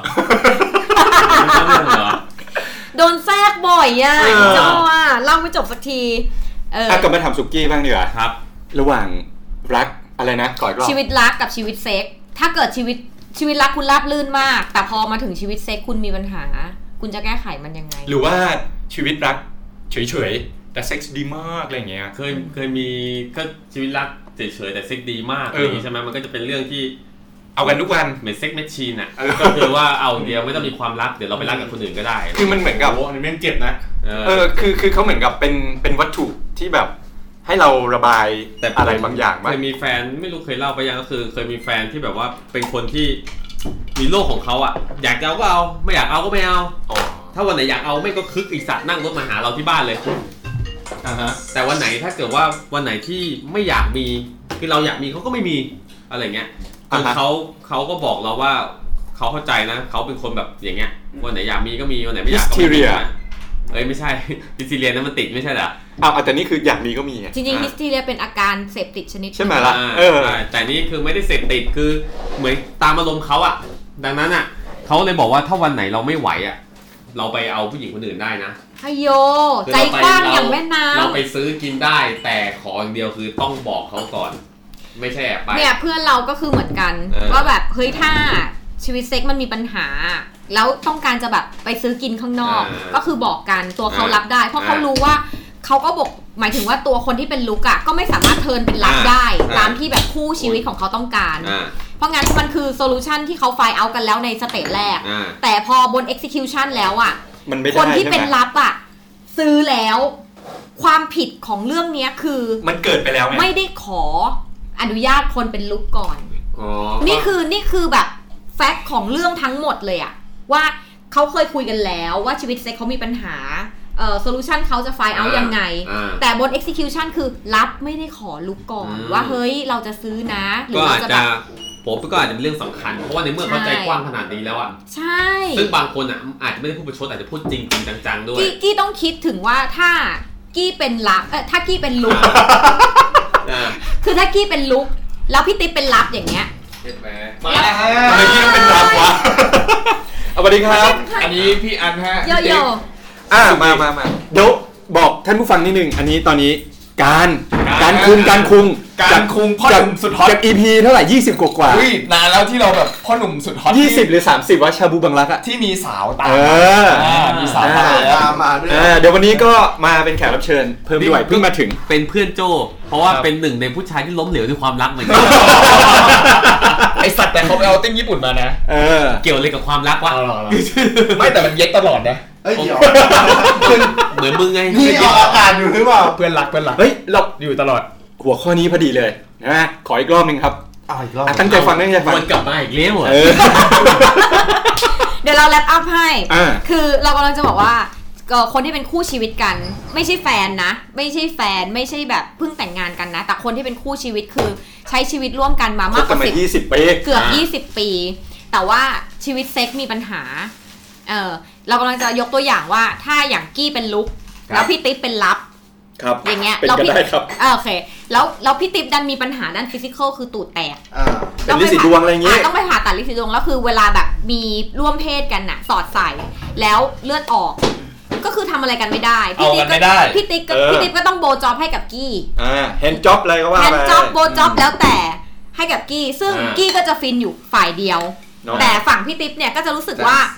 โดนแทรกบ่อยอ่ะจ้าเล่าไม่จบสักทีกลับมาทำสุกี้บ้างดีกว่าครับระหว่างรักอะไรนะก่อนรอบชีวิตรักกับชีวิตเซ็กถ้าเกิดชีวิตรักคุณราบรื่นมากแต่พอมาถึงชีวิตเซ็กคุณมีปัญหาคุณจะแก้ไขมันยังไงหรือว่าชีวิตรักเฉยๆแต่เซ็กซ์ดีมากอะไรอย่างเงี้ยเคยมีก็ชีวิตรักเฉยๆแต่เซ็กดีมากอย่างนี้ใช่ไหมมันก็จะเป็นเรื่องที่เอากันทุกวันเหมือนเซ็กแมชชีนอ่ะก็คือว่าเอาเดียวไม่ต้องมีความรักเดี๋ยวเราไปรักกับคนอื่นก็ได้คือมันเหมือนกับอันนี้แม่งเจ็บนะคือเขาเหมือนกับเป็นวัตถุที่แบบให้เราระบายแต่อะไรบางอย่างเคยมีแฟนไม่รู้เคยเล่าไปยังก็คือเคยมีแฟนที่แบบว่าเป็นคนที่มีโลกของเขาอ่ะอยากจะเอาก็เอาไม่อยากเอาก็ไม่เอาถ้าวันไหนอยากเอาไม่ก็คึกอีสัตว์นั่งรถมาหาเราที่บ้านเลยแต่วันไหนถ้าเกิดว่าวันไหนที่ไม่อยากมีคือเราอยากมีเขาก็ไม่มีอะไรเงี้ยเขาก็บอกเราว่าเขาเข้าใจนะเขาเป็นคนแบบอย่างเงี้ยวันไหนอยากมีก็มีวันไหนไม่อยากก็ไม่มีไม่ใช่ฮิสทีเรียนั้นมันติดไม่ใช่เหรอแต่นี่คืออยากมีก็มีจริงๆฮิสทีเรียเป็นอาการเสพติดชนิดใช่ไหมล่ะแต่นี่คือไม่ได้เสพติดคือเหมือนตามอารมณ์เขาอ่ะดังนั้นอ่ะเขาเลยบอกว่าถ้าวันไหนเราไม่ไหวอ่ะเราไปเอาผู้หญิงคนอื่นได้นะฮโยใจกว้างอย่างแม่น้ำเราไปซื้อกินได้แต่ขออย่างเดียวคือต้องบอกเขาก่อนไม่ใช่ไปเนี่ยเพื่อนเราก็คือเหมือนกันว่าแบบเฮ้ยถ้าชีวิตเซ็กมันมีปัญหาแล้วต้องการจะแบบไปซื้อกินข้างนอกก็คือบอกกันตัวเขารับได้เพราะเขารู้ว่าเขาก็บอกหมายถึงว่าตัวคนที่เป็นลุกอ่ะก็ไม่สามารถเทิร์นเป็นรับได้ตามที่แบบคู่ชีวิตของเขาต้องการเพราะงั้นมันคือโซลูชันที่เขาไฟล์เอากันแล้วในสเตจแรกแต่พอบน execution แล้วอ่ะคนที่เป็นรับอ่ะซื้อแล้วความผิดของเรื่องนี้คือมันเกิดไปแล้วไม่ได้ขออนุญาตคนเป็นลุกก่อนนี่คือแบบแฟกต์ของเรื่องทั้งหมดเลยอะว่าเขาเคยคุยกันแล้วว่าชีวิตเซ็กเขามีปัญหาโซลูชันเขาจะไฟล์เอายังไงแต่บน execution คือรับไม่ได้ขอลุกก่อนว่าเฮ้ยเราจะซื้อนะหรือเราจะแบบผมก็อาจจะเป็นเรื่องสำคัญเพราะว่าในเมื่อเขาใจกว้างขนาดนี้แล้วอ่ะใช่ซึ่งบางคนอ่ะอาจจะไม่ได้พูดประชดอาจจะพูดจริงจังๆด้วยกี้ต้องคิดถึงว่าถ้ากี้เป็นรับถ้ากี้เป็นลุกคือถ้ากี้เป็นลุกแล้วพี่ติ๊บเป็นรับอย่างเงี้ยเห็นไหมมาแล้วทำไมพี่ต้องเป็นรับวะสวัสดีครับอันนี้พี่อันฮะโยโย่มาเดี๋ยวบอกท่านผู้ฟังนิดนึงอันนี้ตอนนี้การคุงพ่อหนุ่มสุดฮอตจาก EP เท่าไหร่20กว่าอุ้ยนานแล้วที่เราแบบพ่อหนุ่มสุดฮอต 20หรือ30ว่าชาบูบังรักอะที่มีสาวตามมีสาวตามมาด้วยเดี๋ยววันนี้ก็มาเป็นแขกรับเชิญเพิ่มด้วยเพิ่งมาถึงเป็นเพื่อนโจเพราะว่าเป็นหนึ่งในผู้ชายที่ล้มเหลวด้วยความรักเหมือนกันไอสัตว์แต่เขาไปเอาติ้งญี่ปุ่นมานะเกี่ยวอะไรกับความรักวะไม่แต่มันเย็กตลอดนะเหมือนมึงไงนี่ออกอากาศอยู่หรือเปล่าเพื่อนรักเฮ้ยเราอยู่ตลอดหัวข้อนี้พอดีเลยนะขออีกรอบนึงครับอีกรอบตั้งใจฟังวนกลับมาอีกเลี้ยวเดี๋ยวเราแรปอัพให้คือเรากำลังจะบอกว่าคนที่เป็นคู่ชีวิตกันไม่ใช่แฟนนะไม่ใช่แฟนไม่ใช่แบบเพิ่งแต่งงานกันนะแต่คนที่เป็นคู่ชีวิตคือใช้ชีวิตร่วมกันมามากกว่า 20 ปีเกือบ20 ปีแต่ว่าชีวิตเซ็กมีปัญหาเรากำลังจะยกตัวอย่างว่าถ้าอย่างกี้เป็นลุกแล้วพี่ติ๊บเป็นรับอย่างเงี้ยเราพี่โอเคแล้วพี่ติ๊บดันมีปัญหาด้านฟิสิกอลคือตูดแตกเป็นลินสีดวงอะไรเงี้ยต้องไปผ่าตัดลินสีดวงแล้วคือเวลาแบบมีร่วมเพศกันน่ะสอดใส่แล้วเลือดออกก็คือทำอะไรกันไม่ได้พี่ติ๊บก็ต้องโบจ็อบให้กับกี้แฮนด์จ็อบอะไรก็ว่าไปแฮนด์จ็อบโบจ็อบแล้วแต่ให้กับกี้ซึ่งกี้ก็จะฟินอยู่ฝ่ายเดียวแต่ฝั่งพี่ติ๊บเนี่ยก็จะรู้สึกว่า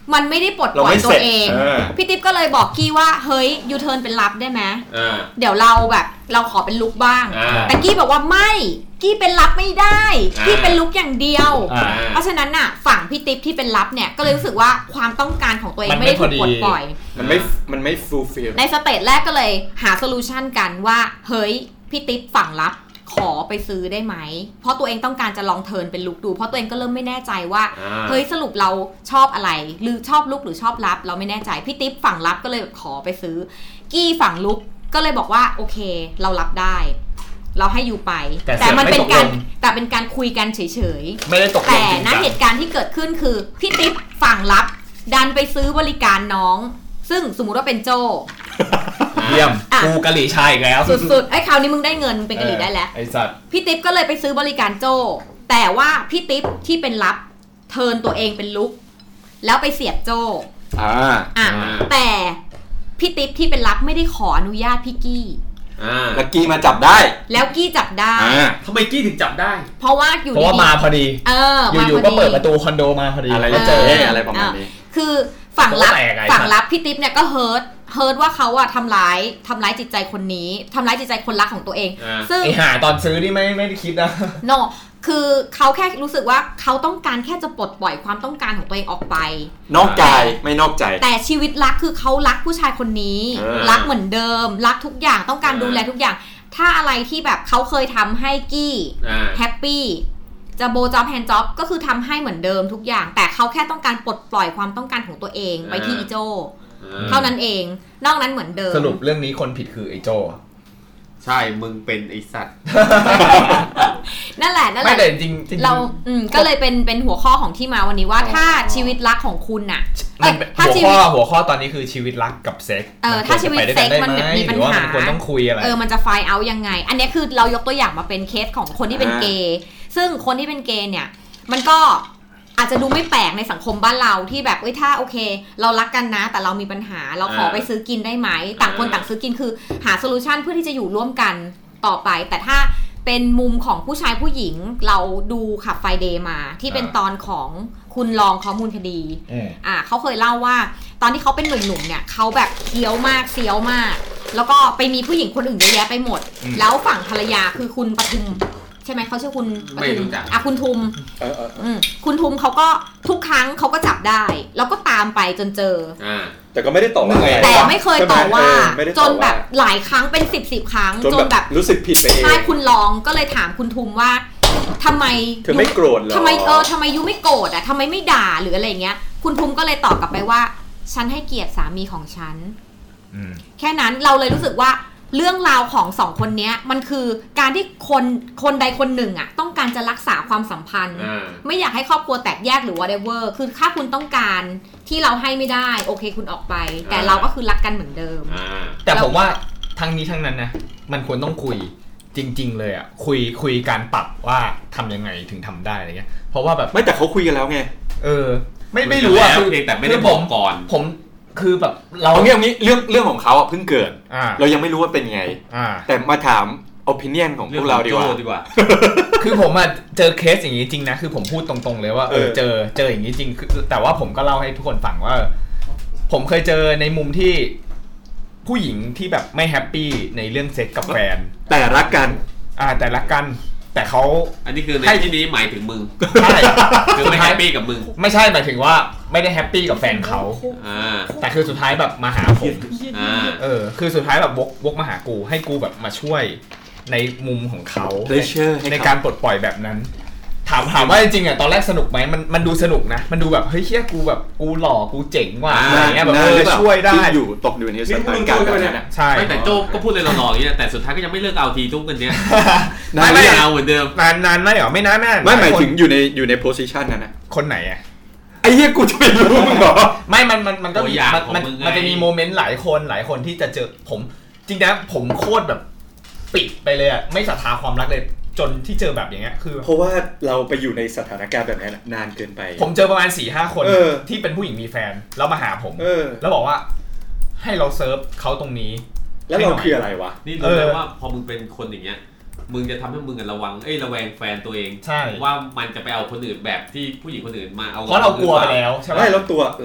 มันไม่ได้ปลดปล่อยตัวเองเราไม่เสร็จพี่ติ๊บก็เลยบอกกี้ว่าเฮ้ยยูเทิร์นเป็นลับได้ไหม เดี๋ยวเราขอเป็นลุกบ้าง แต่กี้บอกว่าไม่กี้เป็นลับไม่ได้กี้เป็นลุกอย่างเดียวเพราะฉะนั้นน่ะฝั่งพี่ติ๊บที่เป็นลับเนี่ยก็เลยรู้สึกว่าความต้องการของตัวเองไม่ได้ถูกปลดปล่อยมันไม่ fulfill ในสเตจแรกก็เลยหาโซลูชันกันว่าเฮ้ยพี่ติ๊บฝั่งลับขอไปซื้อได้ไหมเพราะตัวเองต้องการจะลองเทิร์นเป็นลุกดูเพราะตัวเองก็เริ่มไม่แน่ใจว่าเฮ้ยสรุปเราชอบอะไรหรือชอบลุกหรือชอบลับเราไม่แน่ใจพี่ติ๊บฝั่งลับก็เลยขอไปซื้อกี้ฝั่งลุกก็เลยบอกว่าโอเคเรารับได้เราให้อยู่ไปแต่มันเป็นการคุยกันเฉยๆไม่ได้ตกลงแต่ณเหตุการณ์ที่เกิดขึ้นคือพี่ติ๊บฝั่งลับดันไปซื้อบริการน้องซึ่งสมมุติว่าเป็นโจเยี่ยมกูกะหรี่ชายอีกแล้วสุดๆไอ้คราวนี้มึงได้เงินเป็นกะหรี่ได้แล้วไอ้สัตว์พี่ติ๊บก็เลยไปซื้อบริการโจแต่ว่าพี่ติ๊บที่เป็นลับเทิร์นตัวเองเป็นลุกแล้วไปเสียบโจแต่พี่ติ๊บที่เป็นลับไม่ได้ขออนุญาตพี่กี้แล้วกี้มาจับได้แล้วกี้จับได้ทำไมกี้ถึงจับได้เพราะว่าอยู่ดีๆมาพอดีอยู่ๆก็เปิดประตูคอนโดมาพอดีอะไรแล้วเจออะไรประมาณนี้คือฝั่งลับพี่ติ๊บเนี่ยก็เฮิร์ตว่าเขาอะทำร้ายจิตใจคนนี้ทำร้ายจิตใจคนรักของตัวเองซึ่งไอ้หาตอนซื้อนี่ไม่ได้คิดนะโนคือเขาแค่รู้สึกว่าเขาต้องการแค่จะปลดปล่อยความต้องการของตัวเองออกไปนอกใจไม่นอกใจแต่ชีวิตรักคือเขารักผู้ชายคนนี้รักเหมือนเดิมรักทุกอย่างต้องการดูแลทุกอย่างถ้าอะไรที่แบบเขาเคยทำให้กี้แฮปปี้จะโบจ็อบแฮนด์จ็อบก็คือทำให้เหมือนเดิมทุกอย่างแต่เขาแค่ต้องการปลดปล่อยความต้องการของตัวเองไปที่อีโจเท่านั้นเองนอกนั้นเหมือนเดิมสรุปเรื่องนี้คนผิดคือไอ้โจใช่มึงเป็นไอ้สัตว์นั่นแหละไม่แต่จริงเราก็เลยเป็นหัวข้อของที่มาวันนี้ว่าถ้าชีวิตรักของคุณน่ะถ้าหัวข้อตอนนี้คือชีวิตรักกับเซ็กถ้าชีวิตเซ็กมันมีปัญหาควรต้องคุยอะไรมันจะไฟล์เอายังไงอันนี้คือเรายกตัวอย่างมาเป็นเคสของคนที่เป็นเกย์ซึ่งคนที่เป็นเกย์เนี่ยมันก็อาจจะดูไม่แปลกในสังคมบ้านเราที่แบบถ้าโอเคเรารักกันนะแต่เรามีปัญหาเราขอไปซื้อกินได้ไหมต่างคนต่างซื้อกินคือหาโซลูชันเพื่อที่จะอยู่ร่วมกันต่อไปแต่ถ้าเป็นมุมของผู้ชายผู้หญิงเราดูขับไฟเดย์มาที่เป็นตอนของคุณรองข้อมูลคดีเขาเคยเล่าว่าตอนที่เขาเป็นหนุ่มๆเนี่ยเขาแบบเคี้ยวมากเซียวมากแล้วก็ไปมีผู้หญิงคนอื่นเยอะแยะไปหมดแล้วฝั่งภรรยาคือคุณปทุมใช่ไหมเขาชื่อคุณปทุมคุณทุมคุณทุมเขาก็ทุกครั้งเขาก็จับได้แล้วก็ตามไปจนเจอแต่ก็ไม่ได้ต่อว่าแต่ไม่เคยต่อว่าจนแบบหลายครั้งเป็น10 ครั้งจนแบบรู้สึกผิดไปเองใช่คุณลองก็เลยถามคุณทุมว่าทำไมเธอไม่โกรธหรอทำไมยูไม่โกรธทำไมไม่ด่าหรืออะไรเงี้ยคุณทุมก็เลยตอบกลับไปว่าฉันให้เกียรติสามีของฉันแค่นั้นเราเลยรู้สึกว่าเรื่องราวของสองคนนี้มันคือการที่คนใดคนหนึ่งอ่ะต้องการจะรักษาความสัมพันธ์ไม่อยากให้ครอบครัวแตกแยกหรือ whatever คือถ้าคุณต้องการที่เราให้ไม่ได้โอเคคุณออกไปแต่เราก็คือรักกันเหมือนเดิมแต่ผมว่าทั้งนี้ทั้งนั้นนะมันควรต้องคุยจริงๆเลยอ่ะคุยการปรับว่าทำยังไงถึงทำได้อะไรเงี้ยเพราะว่าแบบไม่แต่เขาคุยกันแล้วไงไม่รู้อ่ะแต่ไม่ได้บอกก่อนผมคือแบบเราเรื่องของเขาอ่ะเพิ่งเกิดเรายังไม่รู้ว่าเป็นไงแต่มาถาม opinion ของพวกเราดีกว่าคือผมอ่ะเจอเคสอย่างนี้จริงนะคือผมพูดตรงๆเลยว่าเจออย่างนี้จริงแต่ว่าผมก็เล่าให้ทุกคนฟังว่าผมเคยเจอในมุมที่ผู้หญิงที่แบบไม่แฮปปี้ในเรื่องเซ็กกับแฟนแต่รักกันแต่รักกันแต่เขาอันนี้คือในที่นี้หมายถึงมึงใช่คือไม่แฮปปี้กับมึงไม่ใช่หมายถึงว่าไม่ได้แฮปปี้กับแฟนเขาแต่คือสุดท้ายแบบมาหาผมคือสุดท้ายแบบวกมาหากูให้กูแบบมาช่วยในมุมของเขาในการปลดปล่อยแบบนั้นถามว่าจริงๆอ่ะตอนแรกสนุกไหมมันดูสนุกนะมันดูแบบเฮ้ยเชี่ยกูแบบกูหล่อกูเจ๋งว่ะอะไรเงี้ยแบบช่วยได้อยู่ตกอยู่ในสถานการณ์แบบนั้นใช่แต่โจ้ก็พูดเลยหล่อๆอย่างเงี้ยแต่สุดท้ายก็ยังไม่เลิกเอาทีทุกกันเนี้ยไม่เอาเหมือนเดิมนานไหมเหรอไม่นานไม่หมายถึงอยู่ในโพสิชันนั้นนะคนไหนอ่ะไอ้เหี้ยกูจะไปรู้มึงเหรอไม่มันก็มันจะมีโมเมนต์หลายคนที่จะเจอผมจริงนะผมโคตรแบบปิดไปเลยอ่ะไม่ศรัทธาความรักเลยจนที่เจอแบบอย่างเงี้ยคือเพราะว่าเราไปอยู่ในสถานการณ์แบบนั้นนานเกินไปผมเจอประมาณ 4-5 คนที่เป็นผู้หญิงมีแฟนแล้วมาหาผมแล้วบอกว่าให้เราเซิร์ฟเขาตรงนี้แล้วเราคืออะไรวะนี่รู้ไหมว่าพอมึงเป็นคนอย่างเงี้ยมึงจะทำให้มึงระวังระแวงแฟนตัวเองว่ามันจะไปเอาคนอื่นแบบที่ผู้หญิงคนอื่นมาเอาเพราะเรากลัวไปแล้วใช่ไหมแล้วตัว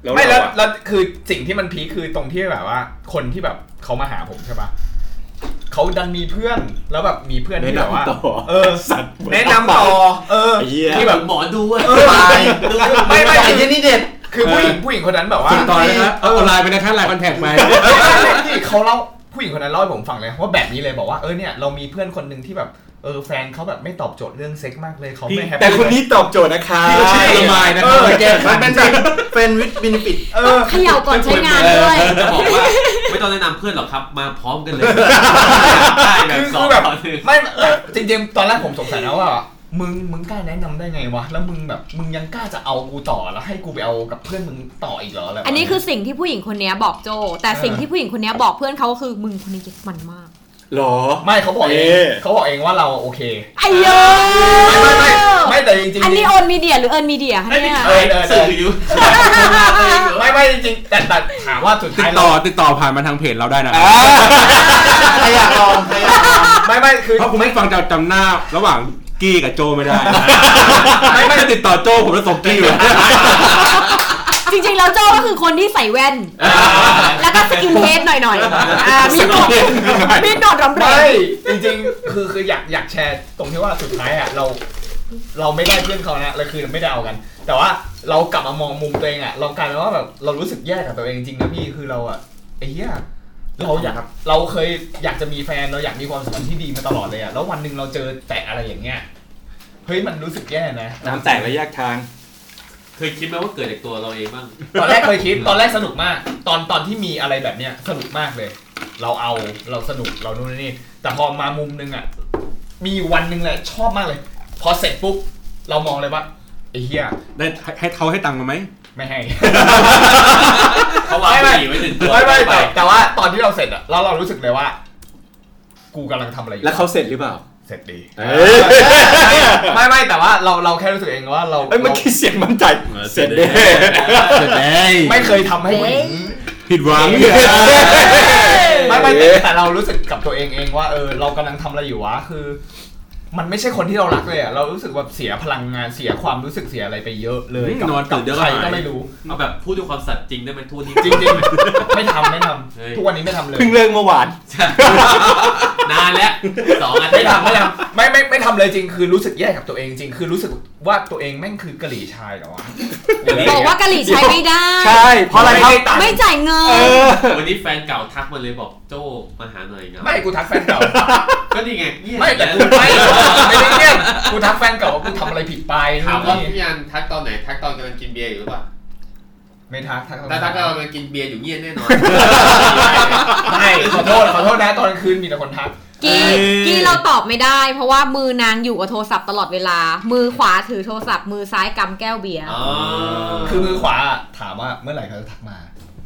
ไม่แล้วคือสิ่งที่มันพีคคือตรงที่แบบว่าคนที่แบบเขามาหาผมใช่ปะเขาดันมีเพื่อนแล้วแบบมีเพื่อนที่แบบว่าสัตว์แนะนำต่อที่แบบหมอดูอะไม่ไอ้นี่เด็ดคือผู้หญิงคนนั้นแบบว่าต่อเลยนะเอาไลน์ไปนะแค่ไลน์คอนแทคไปที่เขาเล่าผู้หญิงคนนั้นเล่าให้ผมฟังเลยว่าแบบนี้เลยบอกว่าเนี่ยเรามีเพื่อนคนนึงที่แบบแฟนเขาแบบไม่ตอบโจทย์เรื่องเซ็กมากเลยเขาไม่แฮปปี้แต่คนนี้ตอบโจทย์นะคะพี่ก็ใช่ละไมนะครับมันเป็นเฟนวิดบินฟิตเขย่าก่อนใช้งานด้วยจะบอกว่าไม่ต้องแนะนำเพื่อนหรอกครับมาพร้อมกันเลยได้แบบสองไม่จริงๆตอนแรกผมสงสัยนะว่ามึงกล้าแนะนำได้ไงวะแล้วมึงยังกล้าจะเอากูต่อแล้วให้กูไปเอากับเพื่อนมึงต่ออีกเหรออะไรอันนี้คือสิ่งที่ผู้หญิงคนนี้บอกโจแต่สิ่งที่ผู้หญิงคนนี้บอกเพื่อนเขาคือมึงคนนี้เย็ดมันมากหรอไม่เขาบอกเองว่าเราโอเคไอ้เยไม่แต่จริงๆอันนี้โอนมีเดียหรือเอิร์นมีเดียคะเนี่ยสื่ออยู่ไม่จริงๆแต่ถามว่าสุดท้ายติดต่อผ่านมาทางเพจเราได้นะใครอยากลองไม่คือเพราะผมไม่ฟังจำหน้าระหว่างกี้กับโจไม่ได้ไม่ติดต่อโจผมจะส่งกี้อยู่จริงๆแล้วโจก็คือคนที่ใส่แว่นแล้วก็สกินเฮดหน่อยๆมีโดดรำแรงจริงๆคืออยากแชร์ตรงที่ว่าสุดท้ายอ่ะเราไม่ได้เพื่อนเขานะเราคือไม่ได้เอากันแต่ว่าเรากลับมามองมุมตัวเองอ่ะเรากลายเป็นว่าแบบเรารู้สึกแย่กับตัวเองจริงนะพี่คือเราอ่ะไอ้เหี้ยเราเคยอยากจะมีแฟนเราอยากมีความสัมพันธ์ที่ดีมาตลอดเลยอ่ะแล้ววันนึงเราเจอแต่อะไรอย่างเงี้ยเฮ้ยมันรู้สึกแย่นะน้ำแตกและแยกทางเคยคิดไหมว่าเกิดจากตัวเราเองบ้างตอนแรกเคยคิดตอนแรกสนุกมากตอนที่มีอะไรแบบเนี้ยสนุกมากเลยเราสนุกเรานู่นนี่แต่พอมามุมนึงอ่ะมีวันนึงแหละชอบมากเลยพอเสร็จปุ๊บเรามองเลยว่าไอ้เหี้ยได้ให้เขาให้ตังค์มาไหมไม่ให้เขาวางผีไว้หนึ่งตัวไม่แต่ว่าตอนที่เราเสร็จอ่ะเรารู้สึกเลยว่ากูกำลังทำอะไรอยู่แล้วเขาเสร็จหรือเปล่าเสร็จดีไม่แต่ว่าเราแค่รู้สึกเองว่าเราเมื่อกี้เสียงมั่นใจเสร็จดีไม่เคยทำให้ผู้หญิงผิดหวังไม่แต่เรารู้สึกกับตัวเองว่าเรากำลังทำอะไรอยู่วะคือมันไม่ใช่คนที่เรารักเลยอ่ะเรารู้สึกว่าเสียพลังงานเสียความรู้สึกเสียอะไรไปเยอะเลยกับใครก็ไม่รู้เอาแบบพูดด้วยความสัตย์จริงได้ไหมทุกวันนี้จริงไม่ทำทุกวันนี้ไม่ทำเลยเพิ่งเลิกเมื่อวานนานแล้ว2 อาทิตย์ไม่ทำไม่ทำเลยจริงคือรู้สึกแย่กับตัวเองจริงคือรู้สึกว่าตัวเองแม่งคือกะหรี่ชายเหรอวะบอกว่ากะหรี่ชายไม่ได้ใช่เพราะอะไรครับไม่จ่ายเงินวันนี้แฟนเก่าทักมาเลยบอกโจ้มาหาหน่อยนะไม่กูทักแฟนเก่าก็นี่ไงไม่แต่กูไม่ได้เงี้ยกูทักแฟนเก่าว่ากูทำอะไรผิดไปถามว่าพี่ยันทักตอนไหนทักตอนกำลังกินเบียร์อยู่หรือเปล่าไม่ทักถ้าทักกำลังกินเบียร์อยู่เงียบแน่นอนไม่ขอโทษนะตอนคืนมีแต่คนทักกี้เราตอบไม่ได้เพราะว่ามือนางอยู่กับโทรศัพท์ตลอดเวลามือขวาถือโทรศัพท์มือซ้ายกำแก้วเบียร์คือมือขวาถามว่าเมื่อไหร่เขาจะทักมา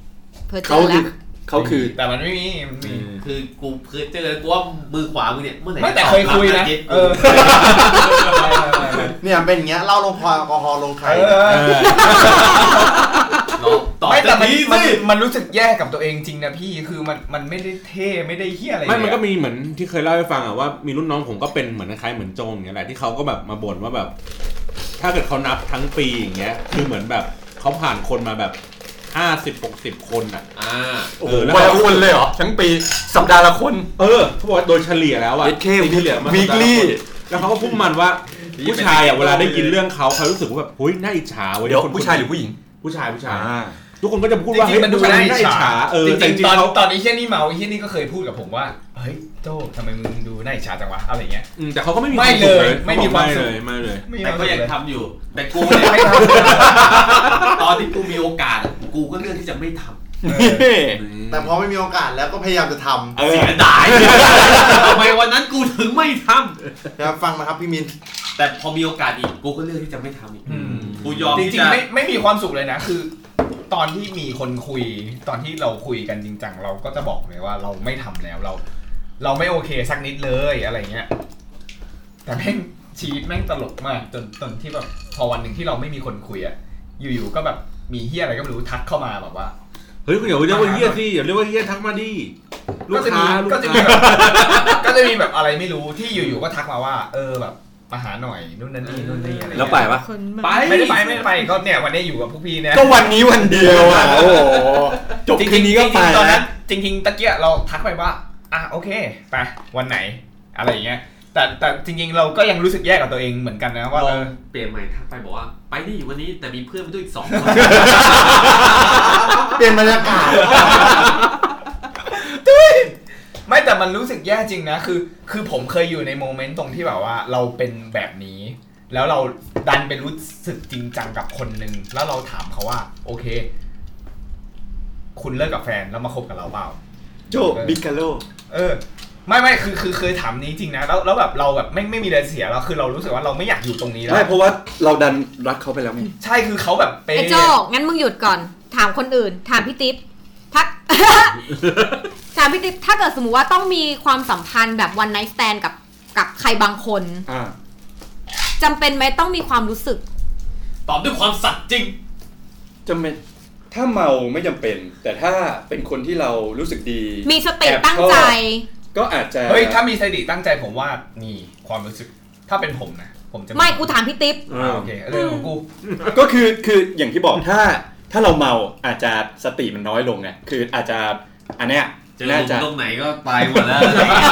เขาคือแต่มันไม่มีคือกูเคยเจอกูว่ามือขวามึงเนี่ยเมื่อไหร่ไม่แต่เคยคุยนะเนี่ยเป็นอย่างเงี้ยเล่าลงคอแอลกอฮอล์ลงไข่ไม่แต่มันรู้สึกแย่กับตัวเองจริงนะพี่คือมันไม่ได้เท่ไม่ได้เหี้ยอะไรไม่มันก็มีเหมือนที่เคยเล่าให้ฟังอะว่ามีรุ่นน้องผมก็เป็นเหมือนคล้ายเหมือนโจงอย่างเงี้ยแหละที่เขาก็แบบมาบ่นว่าแบบถ้าเกิดเขานับทั้งปีอย่างเงี้ยคือเหมือนแบบเขาผ่านคนมาแบบ50-60 คนอ่ะแล้วคนเลยเหรอทั้งปีสัปดาห์ละคนเขาบอกว่าโดยเฉลี่ยแล้วอ่ะเฉลี่ยมาวีคลี่แล้วเขาก็พูดมันว่าผู้ชายอ่ะเวลาได้ยินเรื่องเขารู้สึกว่าแบบเฮ้ยน่าอิจฉาเว้ยผู้ชายหรือผู้หญิงผู้ชายทุกคนก็จะพูดว่าเฮ้ยมันดูน่าอิจฉาจริงๆตอนนี้เฮี้ยนี่เมาเฮี้ยนี่ก็เคยพูดกับผมว่าเฮ้ยโจ้ทำไมมึงดูน่าอิจฉาจังวะอะไรเงี้ยแต่เขาก็ไม่มีความสุขเลยไม่มีความสุขไม่เลยแต่ก็ยังทำอยู่แต่กูเนี่ยไม่ทำตอนที่กูมีโอกาสกูก็เลือกที่จะไม่ทำแต่พอไม่มีโอกาสแล้วก็พยายามจะทำเสียดายทำไมวันนั้นกูถึงไม่ทำครับฟังนะครับพี่มินแต่พอมีโอกาสอีกกูก็เลือกที่จะไม่ทำอีกกูยอมจริงๆไม่มีความสุขเลยนะคือตอนที่มีคนคุยตอนที่เราคุยกันจริงจังเราก็จะบอกเลยว่าเราไม่ทำแล้วเราไม่โอเคสักนิดเลยอะไรเงี้ยแต่แม่งชีวิตแม่งตลกมากจนที่แบบพอวันหนึ่งที่เราไม่มีคนคุยอ่ะอยู่ๆก็แบบมีเฮี้ยอะไรก็ไม่รู้ทักเข้ามาแบบว่าเฮ้ยคุณอย่าเรียกว่าเฮี้ยสิอย่าเรียกว่าเฮี้ยทักมาดิลูกค้าก็จะมีแบบอะไรไม่รู้ที่อยู่ๆก็ทักมาว่าแบบมาหาหน่อยนู่นนั่นนี่อะไรแล้วไปปะไปไม่ได้ไปก็เนี่ยวันนี้อยู่กับพวกพี่เนี่ยก็วันนี้วันเดียวอ่ะโอ้โหจบทีนี้ก็ไปตอนนั้นะนจริงๆตะเกียเราทักไปว่าโอเคไปวันไหนอะไรอย่างเงี้ยแต่จริงๆเราก็ยังรู้สึกแย่กับตัวเองเหมือนกันนะว่าเปลี่ยนใหม่ทักไปบอกว่าไปดิวันนี้แต่มีเพื่อนมาด้วยอีก2 คนเปลี่ยนบรรยากาศไม่แต่มันรู้สึกแย่จริงนะคือผมเคยอยู่ในโมเมนต์ตรงที่แบบว่าเราเป็นแบบนี้แล้วเราดันไปรู้สึกจริงจังกับคนนึงแล้วเราถามเขาว่าโอเคคุณเลิกกับแฟนแล้วมาคบกับเราเปล่าโจบิกาโลไม่คือเคยถามนี้จริงนะแล้วแบบเราแบบไม่มีอะไรเสียแล้วคือเรารู้สึกว่าเราไม่อยากอยู่ตรงนี้แล้วไม่เพราะว่าเราดันรักเขาไปแล้วไงใช่คือเขาแบบไอ้โจงั้นมึงหยุดก่อนถามคนอื่นถามพี่ติ๊บทัก ถามพี่ติ๊บถ้าเกิดสมมุติว่าต้องมีความสัมพันธ์แบบวันไนท์สแตนกับใครบางคนจำเป็นไหมต้องมีความรู้สึกตอบด้วยความสัตย์จริงจำเป็นถ้าเมาไม่จำเป็นแต่ถ้าเป็นคนที่เรารู้สึกดีมีสติตั้งใจก็อาจจะเฮ้ยถ้ามีสติตั้งใจผมว่านี่ความรู้สึกถ้าเป็นผมนะผมจะไม่กูถามพี่ติ๊บโอเคเรื่องของกูก็คืออย่างที่บอกถ้าเราเมาอาจจะสติมันน้อยลงไงคืออาจจะอันเนี้ยน่าจะตรงไหนก็ไปหมดแล้ว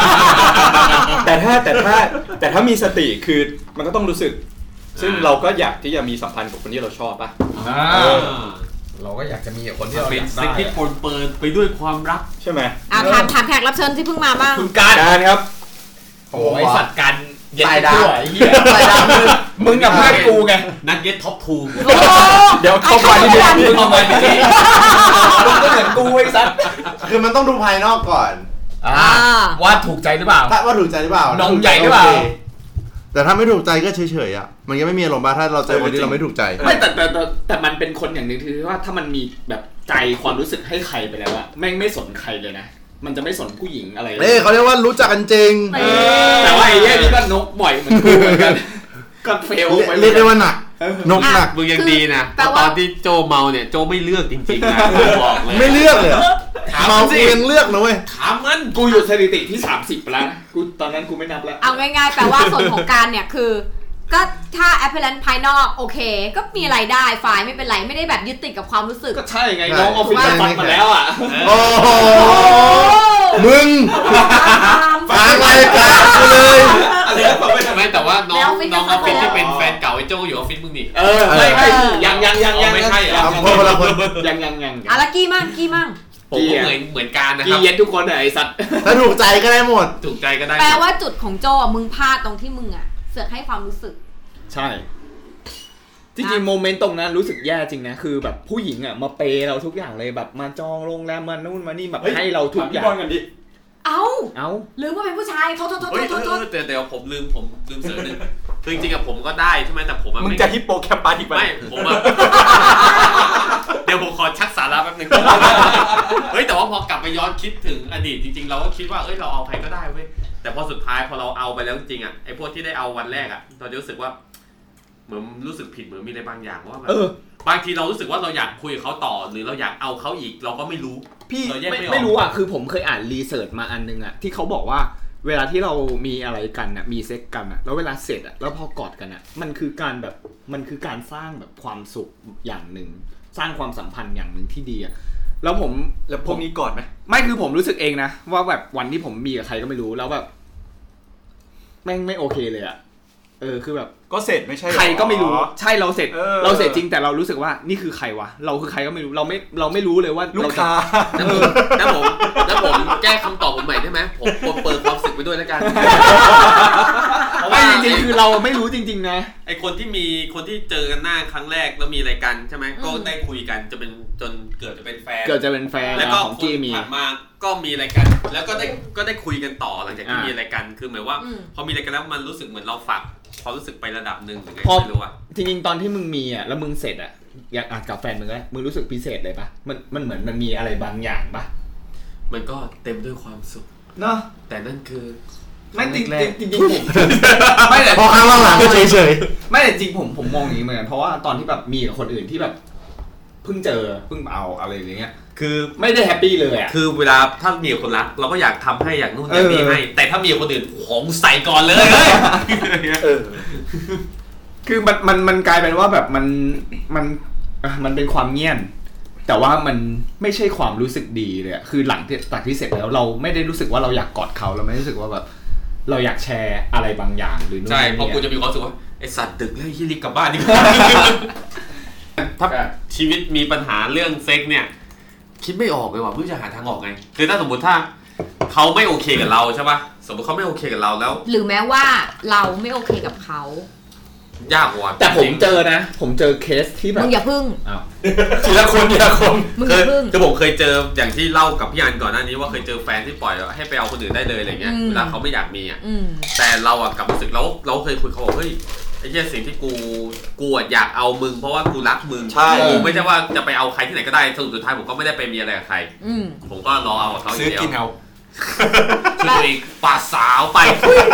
แต่ถ้ามีสติคือมันก็ต้องรู้สึกซึ่งเราก็อยากที่จะมีสัมพันธ์กับคนที่เราชอบป่ะเราก็อยากจะมีคนที่เราเป็นสิ่งที่ปนเปื้อนไปด้วยความรักใช่ไหมถามแขกรับเชิญที่เพิ่งมาบ้างคุณการครับโอ้ยสัตว์กันเย็นด้วยไอ้เหี้ยมึงกับเพื่อนกูไงนักเก็ตท็อป2 เดี๋ยวเข้าไปที่มึงเข้าไปที่มึงก็เหมือนกูไอ้สัตว์คือมันต้องดูภายนอกก่อนว่าถูกใจหรือเปล่าถ้าว่าถูกใจหรือเปล่าน้องใหญ่หรือเปล่าแต่ถ้าไม่ถูกใจก็เฉยๆอ่ะมันยังไม่มีอารมณ์บ้าถ้าเราเจอคนที่เราไม่ถูกใจไม่แต่มันเป็นคนอย่างนึงคือว่าถ้ามันมีแบบใจความรู้สึกให้ใครไปแล้วอะแม่งไม่สนใครเลยนะมันจะไม่สนผู้หญิงอะไรเขาเรียกว่ารู้จักกันจริงแต่ว่าไอ้เนี่ยนี่ก็นกบ่อยเหมือนกูเหมือนกันก็เฟลไปเรียกได้ว่าหนักนกหนักมึงยังดีนะตอนที่โจเมาเนี่ยโจไม่เลือกจริงๆนะบอกเลยไม่เลือกเลยเมาเองเลือกนะเว้ยถามมันกูอยู่สถิติที่30แล้วกูตอนนั้นกูไม่นับแล้วเอาง่ายๆแปลว่าส่วนของการเนี่ยคือก็ถ้า appearance ภายนอกโอเคก็มีอะไรได้ฝ่ายไม่เป็นไรไม่ได้แบบยึดติดกับความรู้สึกก็ใช่ไงน้องออฟฟิศฟังมาแล้วอ่ะโอ้โหมึงฟังรายการกูเลยอะไรไม่แต่ว่าน้องออฟฟิศที่เป็นแฟนเก่าไอ้โจอยู่ออฟฟิศมึงนี่ไม่ยังไม่ใช่เหรอยังแล้วกี้มั่งผมก็เหมือนกันนะครับกี้เย็นทุกคนไอ้สัตว์ถ้าถูกใจก็ได้หมดถูกใจก็ได้แปลว่าจุดของโจมึงพลาดตรงที่มึงอะเสือกให้ความรู้สึกใช่จริงๆโมเมนต์ตรงนั้นรู้สึกแย่จริงนะคือแบบผู้หญิงอ่ะมาเปย์เราทุกอย่างเลยแบบมาจองโรงแรมมานู่นมานี่แบบให้เราทุกอย่างเอาหรือว่าเป็นผู้ชายโทษเดี๋ยวผมลืมเสริมนึงคือจริงๆกับผมก็ได้ใช่ไหมแต่ผมมึงจะฮิปโปแคปปาอีกไม่ผมเดี๋ยวผมขอชักสาระแป๊บนึงเฮ้ยแต่ว่าพอกลับไปย้อนคิดถึงอดีตจริงๆเราก็คิดว่าเอ้ยเราเอาใครก็ได้เว้ยแต่พอสุดท้ายพอเราเอาไปแล้วจริงอ่ะไอ้พวกที่ได้เอาวันแรกอ่ะเราจะรู้สึกว่าเหมือนรู้สึกผิดเหมือนมีอะไรบางอย่างว่าแบบบางทีเรารู้สึกว่าเราอยากคุยกับเขาต่อหรือเราอยากเอาเขาอีกเราก็ไม่รู้พี่ไม่รู้อ่ะคือผมเคยอ่านรีเสิร์ชมาอันนึงอ่ะที่เขาบอกว่าเวลาที่เรามีอะไรกันอ่ะมีเซ็กกันอ่ะแล้วเวลาเสร็จอ่ะแล้วพอกอดกันอ่ะมันคือการสร้างแบบความสุขอย่างนึงสร้างความสัมพันธ์อย่างนึงที่ดีอ่ะแล้วพวกนี้กอดไหมไม่คือผมรู้สึกเองนะว่าแบบวันที่ผมมีกับใครก็ไม่รู้แล้วแบบแม่งไม่โอเคเลยอ่ะคือแบบก็เสร็จไม่ใช่ใครก็ไม่รู้ใช่เราเสร็จจริงแต่เรารู้สึกว่านี่คือใครวะเราคือใครก็ไม่รู้เราไม่รู้เลยว่าลูกค้าแล้วผมแก้คำตอบผมใหม่ได้ไหมผมเปิดความสึกไปด้วยแล้วกันไม่จริงๆคือเราไม่รู้จริงๆนะไอคนที่เจอกันหน้าครั้งแรกแล้วมีอะไรกันใช่ไหมก็ได้คุยกันจะเป็นจนเกิดจะเป็นแฟนแล้วก็ของกี้มีผ่านมาก็มีอะไรกันแล้วก็ได้คุยกันต่อหลังจากที่มีอะไรกันคือหมายว่าพอมีอะไรกันแล้วมันรู้สึกเหมือนเราฝากพอรู้สึกไประดับนึงหรือไงไม่รู้อ่ะจริงๆตอนที่มึงมีอ่ะแล้วมึงเสร็จอ่ะอยากกับแฟนมึงมึงรู้สึกพิเศษเลยปะมันเหมือนมันมีอะไรบางอย่างปะมันก็เต็มด้วยความสุขเนาะแต่นั่นคือไม่จริงผมไม่แต่พอข้างหลังก็เฉยไม่แต่จริงผมมองอย่างนี้เหมือนกันเพราะว่าตอนที่แบบมีกับคนอื่นที่แบบเพิ่งเจอเพิ่งเอาอะไรอย่างเงี้ยคือไม่ได้แฮปปี้เลยอ่ะคือเวลาถ้ามีคนรักเราก็อยากทำให้อยากนู่นอยากนี่ให้แต่ถ้ามีคนอื่นของใส่ก่อนเลยคือมันกลายเป็นว่าแบบมันเป็นความเงียบแต่ว่ามันไม่ใช่ความรู้สึกดีเลยอะคือหลังจากที่เสร็จแล้วเราไม่ได้รู้สึกว่าเราอยากกอดเขาเราไม่รู้สึกว่าแบบเราอยากแชร์อะไรบางอย่างหรือนู่นใช่นี่เพราะกูจะมีความรู้สึกว่าไอสัตว์ดึกแล้วที่รีบกลับบ้านดีกว่าถ้าชีวิตมีปัญหาเรื่องเซ็กเนี่ยคิดไม่ออกเลยว่ะไม่รู้จะหาทางออกไงคือถ้าสมมติถ้าเขาไม่โอเคกับเราใช่ป่ะสมมติเขาไม่โอเคกับเราแล้วหรือแม้ว่าเราไม่โอเคกับเขายากกว่าแต่ผมเจอเคสที่แบบมึงอย่าพึ่งทีละคนมึงอย่าพึ่งคือผมเคยเจออย่างที่เล่ากับพี่อันก่อนหน้านี้ว่าเคยเจอแฟนที่ปล่อยให้ไปเอาคนอื่นได้เลยอะไรเงี้ยเวลาเขาไม่อยากมีอ่ะแต่เราอ่ะกลับรู้สึกเราเคยคุยเขาบอกเฮ้ยไอ้เหี้ยสิ่งที่กูอยากเอามึงเพราะว่ากูรักมึงกูไม่ใช่ว่าจะไปเอาใครที่ไหนก็ได้สุดท้ายผมก็ไม่ได้ไปมีอะไรกับใครผมก็รอเอาเขาซื้อกินเอาคือตัวเองปาสาวไป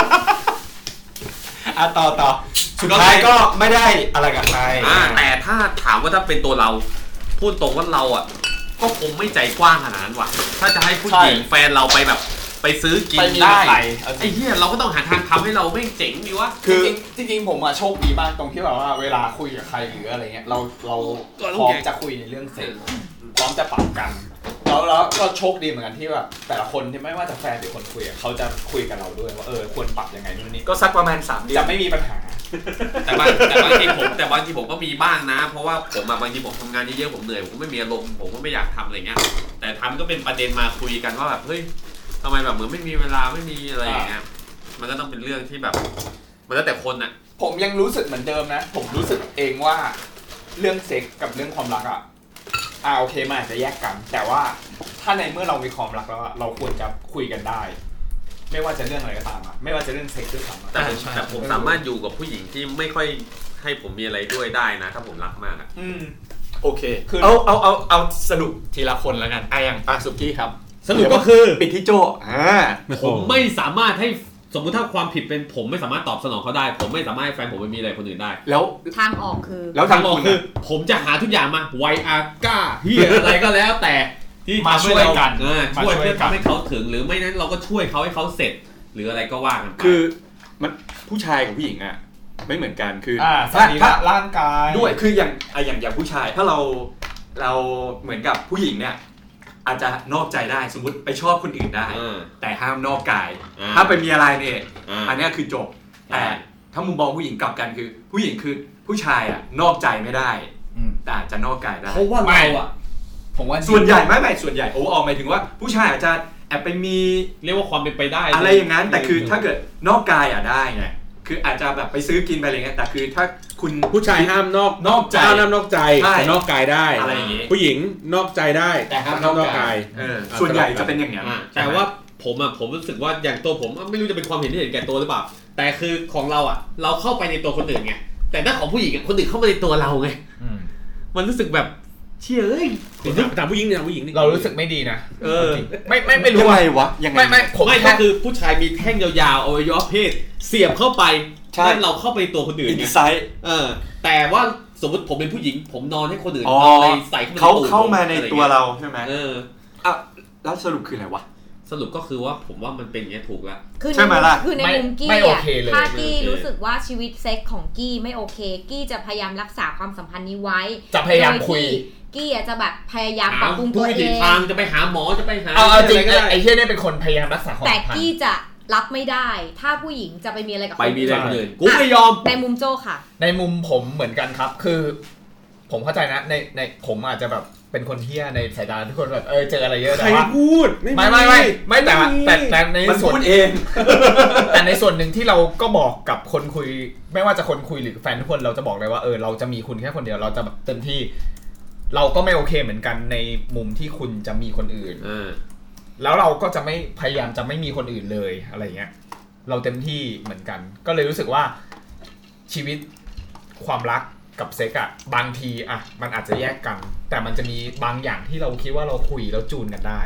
ต่อสุดท้ายก็ไม่ได้อะไรกับใครแต่ถ้าถามว่าถ้าเป็นตัวเราพูดตรงว่าเราอ่ะก็คงไม่ใจกว้างขนาดนั้นว่ะถ้าจะให้ผู้หญิงแฟนเราไปแบบไปซื้อกินได้ไอ้เหี้ยเราก็ต้องหาทางทำให้เราไม่เจ๋งดีวะคือจริงผมอะโชคดีมากตรงที่แบบว่าเวลาคุยกับใครหรืออะไรเงี้ยเราพร้อมจะคุยในเรื่องเซ็กพร้อมจะปรับกันแล้วก็โชคดีเหมือนกันที่แบบแต่ละคนที่ไม่ว่าจะแฟนหรือคนคุยเขาจะคุยกับเราด้วยว่าควรปรับยังไงนู่นนี่ก็สักประมาณ3 เดือนจะไม่มีปัญหาแต่บางทีผมก็มีบ้างนะเพราะว่าผมบางทีผมทำงานเยอะๆผมเหนื่อยผมไม่มีอารมณ์ผมก็ไม่อยากทำอะไรเงี้ยแต่ทำก็เป็นประเด็นมาคุยกันว่าแบบเฮ้ยทำไมแบบเหมือนไม่มีเวลาไม่มีอะไรอย่างเงี้ยมันก็ต้องเป็นเรื่องที่แบบมันแล้วแต่คนน่ะผมยังรู้สึกเหมือนเดิมนะผมรู้สึกเองว่าเรื่องเซ็กกับเรื่องความรักอ่ะโอเคมันอาจจะแยกกันแต่ว่าถ้าในเมื่อเรามีความรักแล้วเราควรจะคุยกันได้ไม่ว่าจะเรื่องอะไรก็ตามไม่ว่าจะเรื่องเซ็กด้วยซ้ำแต่ผมสามารถอยู่กับผู้หญิงที่ไม่ค่อยให้ผมมีอะไรด้วยได้นะถ้าผมรักมากโอเคเอาสรุปทีละคนแล้วกันอย่างสุกี้ครับสรุปก็คือปิดที่โจผมไม่สามารถให้สมมุติถ้าความผิดเป็นผมไม่สามารถตอบสนองเขาได้ผมไม่สามารถให้แฟนผมไปมีอะไรคนอื่นได้แล้วทางออกคือผมจะหาทุกอย่างมาไวอาก้าเฮียอะไรก็แล้วแต่ที่มาช่วยกันช่วยเพื่อทำให้เขาถึงหรือไม่นั้นเราก็ช่วยเขาให้เขาเสร็จหรืออะไรก็ว่ากันไปคือมันผู้ชายกับผู้หญิงอ่ะไม่เหมือนกันคือถ้าร่างกายด้วยคืออย่างผู้ชายถ้าเราเหมือนกับผู้หญิงเนี่ยอาจจะนอกใจได้สมมุติไปชอบคนอื่นได้แต่ห้ามนอกกายถ้าไปมีอะไรเนี่ยอันนี้คือจบแต่ถ้ามุมมองผู้หญิงกลับกันคือผู้หญิงคือผู้ชายอ่ะนอกใจไม่ได้แต่จะนอกกายได้เพราะว่าเราอ่ะผมว่าส่วนใหญ่ไม่ส่วนใหญ่หมายถึงว่าผู้ชายอาจจะแอบไปมีเรียกว่าความเป็นไปได้อะไรอย่างนั้นแต่คือถ้าเกิดนอกกายอ่ะได้ไงคืออาจจะแบบไปซื้อกินไปอะไรเงี้ยแต่คือถ้าคุณผู้ชายห้ามนอกใจแต่นอกกายได้อะไรอย่างงี้ผู้หญิงนอกใจได้แต่ห้ามนอกกายส่วนใหญ่จะเป็นอย่างนี้แต่ว่าผมรู้สึกว่าอย่างตัวผมไม่รู้จะเป็นความเห็นที่เห็นแก่ตัวหรือเปล่าแต่คือของเราอ่ะเราเข้าไปในตัวคนอื่นไงแต่ถ้าของผู้หญิงคนอื่นเข้ามาในตัวเราไงมันรู้สึกแบบเชี่ยเอ้ยแต่ผู้หญิงเรารู้สึกไม่ดีนะไม่รู้อะไรวะยังไงไม่ก็คือผู้ชายมีแท่งยาวๆอวัยวะเพศเสียบเข้าไปนั่นเราเข้าไปตัวคนอื่นไงแต่ว่าสมมติผมเป็นผู้หญิงผมนอนให้คนอื่นเอาอะไรใส่เข้ามาในตัวเราใช่ไหมแล้วสรุปคืออะไรวะสรุปก็คือว่าผมว่ามันเป็นอย่างนี้ถูกแล้วใช่ไหมล่ะคือในมุมกี้อ่ะถ้ากี้รู้สึกว่าชีวิตเซ็กของกี้ไม่โอเคกี้จะพยายามรักษาความสัมพันธ์นี้ไว้จะพยายามคุยกี้จะแบบพยายามปรับปรุงตัวเองทางจะไปหาหมอจะไปหาจริงไอ้เหี้ยเนี่ยเป็นคนพยายามรักษาความสัมพันธ์แต่กี้จะรับไม่ได้ถ้าผู้หญิงจะไปมีอะไรกับไปมีอะไรคนอื่นกูไม่ยอมในมุมโจค่ะในมุมผมเหมือนกันครับคือผมเข้าใจนะในผมอาจจะแบบเป็นคนเหี้ยในสายตาทุกคนแบบเจออะไรเยอะแต่ว่าพูดไม่แต่ในส่วนเองแต่ในส่วนหนึ่งที่เราก็บอกกับคนคุยไม่ว่าจะคนคุยหรือแฟนทุกคนเราจะบอกเลยว่าเราจะมีคุณแค่คนเดียวเราจะแบบเต็มที่เราก็ไม่โอเคเหมือนกันในมุมที่คุณจะมีคนอื่นแล้วเราก็จะไม่พยายามจะไม่มีคนอื่นเลยอะไรเงี้ยเราเต็มที่เหมือนกันก็เลยรู้สึกว่าชีวิตความรักกับเซ็กอะบางทีอะมันอาจจะแยกกันแต่มันจะมีบางอย่างที่เราคิดว่าเราคุยแล้วจูนกันได้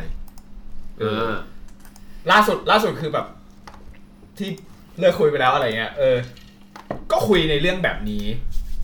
ล่าสุดคือแบบที่เลิกคุยไปแล้วอะไรเงี้ยก็คุยในเรื่องแบบนี้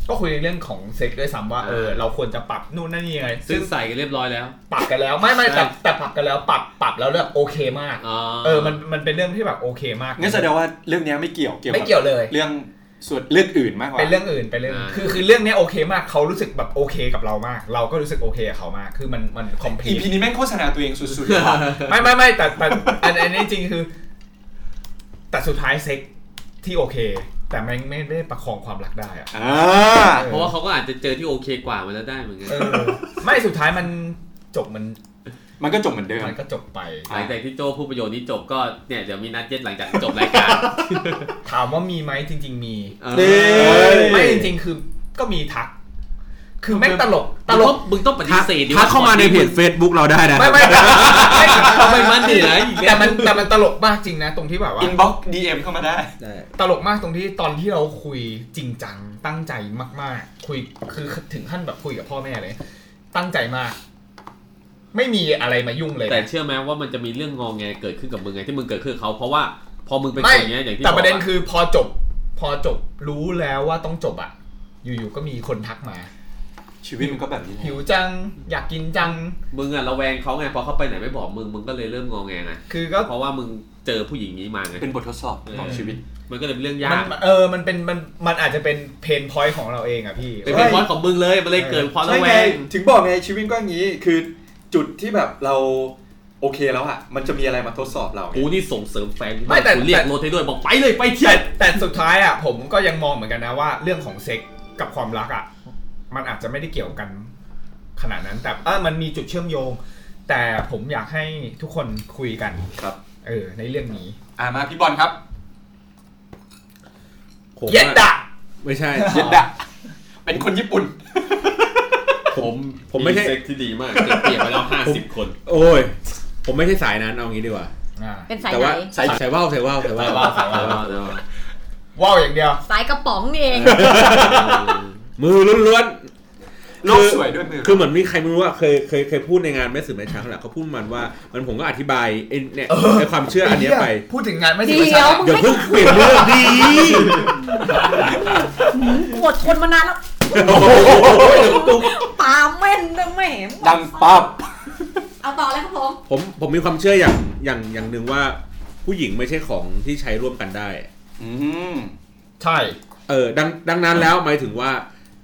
ก็คุยในเรื่องของเซ็กด้วยซ้ำว่าเราควรจะปรับนู่นนั่นนี่ยังไงซึ่งใส่กันเรียบร้อยแล้วปรับกันแล้วไม่แต่ปรับกันแล้วปรับแล้วแบบโอเคมากมันเป็นเรื่องที่แบบโอเคมากงั้นแสดงว่าเรื่องนี้ไม่เกี่ยวเลยเรื่องส่วนเรื่องอื่นมากกว่าเป็นเรื่องอื่นคือเรื่องนี้โอเคมากเขารู้สึกแบบโอเคกับเรามากเราก็รู้สึกโอเคกับเขามากคือมันคอมพลีท EP นี้แม่งโฆษณาตัวเองสุดๆไม่แต่อันนี้จริงคือแต่สุดท้ายเซ็กที่โอเคแต่ไม่ได้ประคองความรักได้อะเพราะว่าเขาก็อาจจะเจอที่โอเคกว่ามันแล้วได้เหมือนกันไม่สุดท้ายมันจบมันก็จบเหมือนเดิมมันก็จบไปหลังจากที่โจพูดประโยชน์นี้จบก็เนี่ยเดี๋ยวมีนัดเย็ดหลังจากจบรายการถามว่ามีไหมจริงๆมีไม่จริงๆคือก็มีทักคือแม่งตลกมึงต้องปฏิเสธดิทักเข้ามาในเพจ Facebook เราได้นะไม่มันดีนะแต่มันตลกมากจริงนะตรงที่แบบว่า inbox DM เข้ามาได้ตลกมากตรงที่ตอนที่เราคุยจริงจังตั้งใจมากๆคุยคือถึงขั้นแบบคุยกับพ่อแม่เลยตั้งใจมากไม่มีอะไรมายุ่งเลยแต่เชื่อไหมว่ามันจะมีเรื่องงอแงเกิดขึ้นกับมึงไงที่มึงเกิดขึ้นเขาเพราะว่าพอมึงเป็นคนอย่างเงี้ยอย่างที่แต่ประเด็นคือพอจบรู้แล้วว่าต้องจบอ่ะอยู่ๆก็มีคนทักมาชีวิตมันก็แบบนี้หิวจังอยากกินจังมึงอะระแวงเขาไงพอเขาไปไหนไม่บอกมึงก็เลยเริ่มงอแงไงคือก็เพราะว่ามึงเจอผู้หญิงนี้มาไงเป็นบททดสอบของชีวิตมันก็เลยเป็นเรื่องยากมันอาจจะเป็นเพนพอยต์ของเราเองอ่ะพี่เป็นเพนพอยต์ของมึงเลยมันเลยเกิดความระแวงถึงบอกไงชีวิตก็อย่างนี้คือจุดที่แบบเราโอเคแล้วอ่ะมันจะมีอะไรมาทดสอบเรากูนี่ส่งเสริมแฟนไม่แต่เรียกโรเทด้วยบอกไปเลยไปเที่ยวแต่สุดท้ายอ่ะผมก็ยังมองเหมือนกันนะว่าเรื่องของเซ็กกับความรักอ่ะมันอาจจะไม่ได้เกี่ยวกันขนาดนั้นแต่มันมีจุดเชื่อมโยงแต่ผมอยากให้ทุกคนคุยกันครับในเรื่องนี้มาพี่บอลครับเย็ดดะไม่ใช่เย็ดดะเป็นคนญี่ปุ่นผมไม่ใช่เซ็กที่ดีมากเปลี่ยนไปแล้ว50 คนโอ้ยผมไม่ใช่สายนั้นเอางี้ดีกว่าเป็นสายไหนสายว่าวว่าวอย่างเดียวสายกระป๋องนี่เองมือล้วนโลกสวยด้วยมือคือเหมือนมีใครไม่รู้ว่าเคยพูดในงานแม่สื่อแม่ช้างแหละเขาพูดมันว่ามันผมก็อธิบายไอ้เนี่ยในความเชื่ออันนี้ไปพูดถึงงานแม่สื่อแม่ช้างอย่าเพิ่งเปลี่ยนเรื่องดีปวดทนมานานแล้วปาแม่นนะแม่ดังปั๊บเอาต่อเลยครับผมมีความเชื่ออย่างหนึ่งว่าผู้หญิงไม่ใช่ของที่ใช้ร่วมกันได้ใช่ดังนั้นแล้วหมายถึงว่า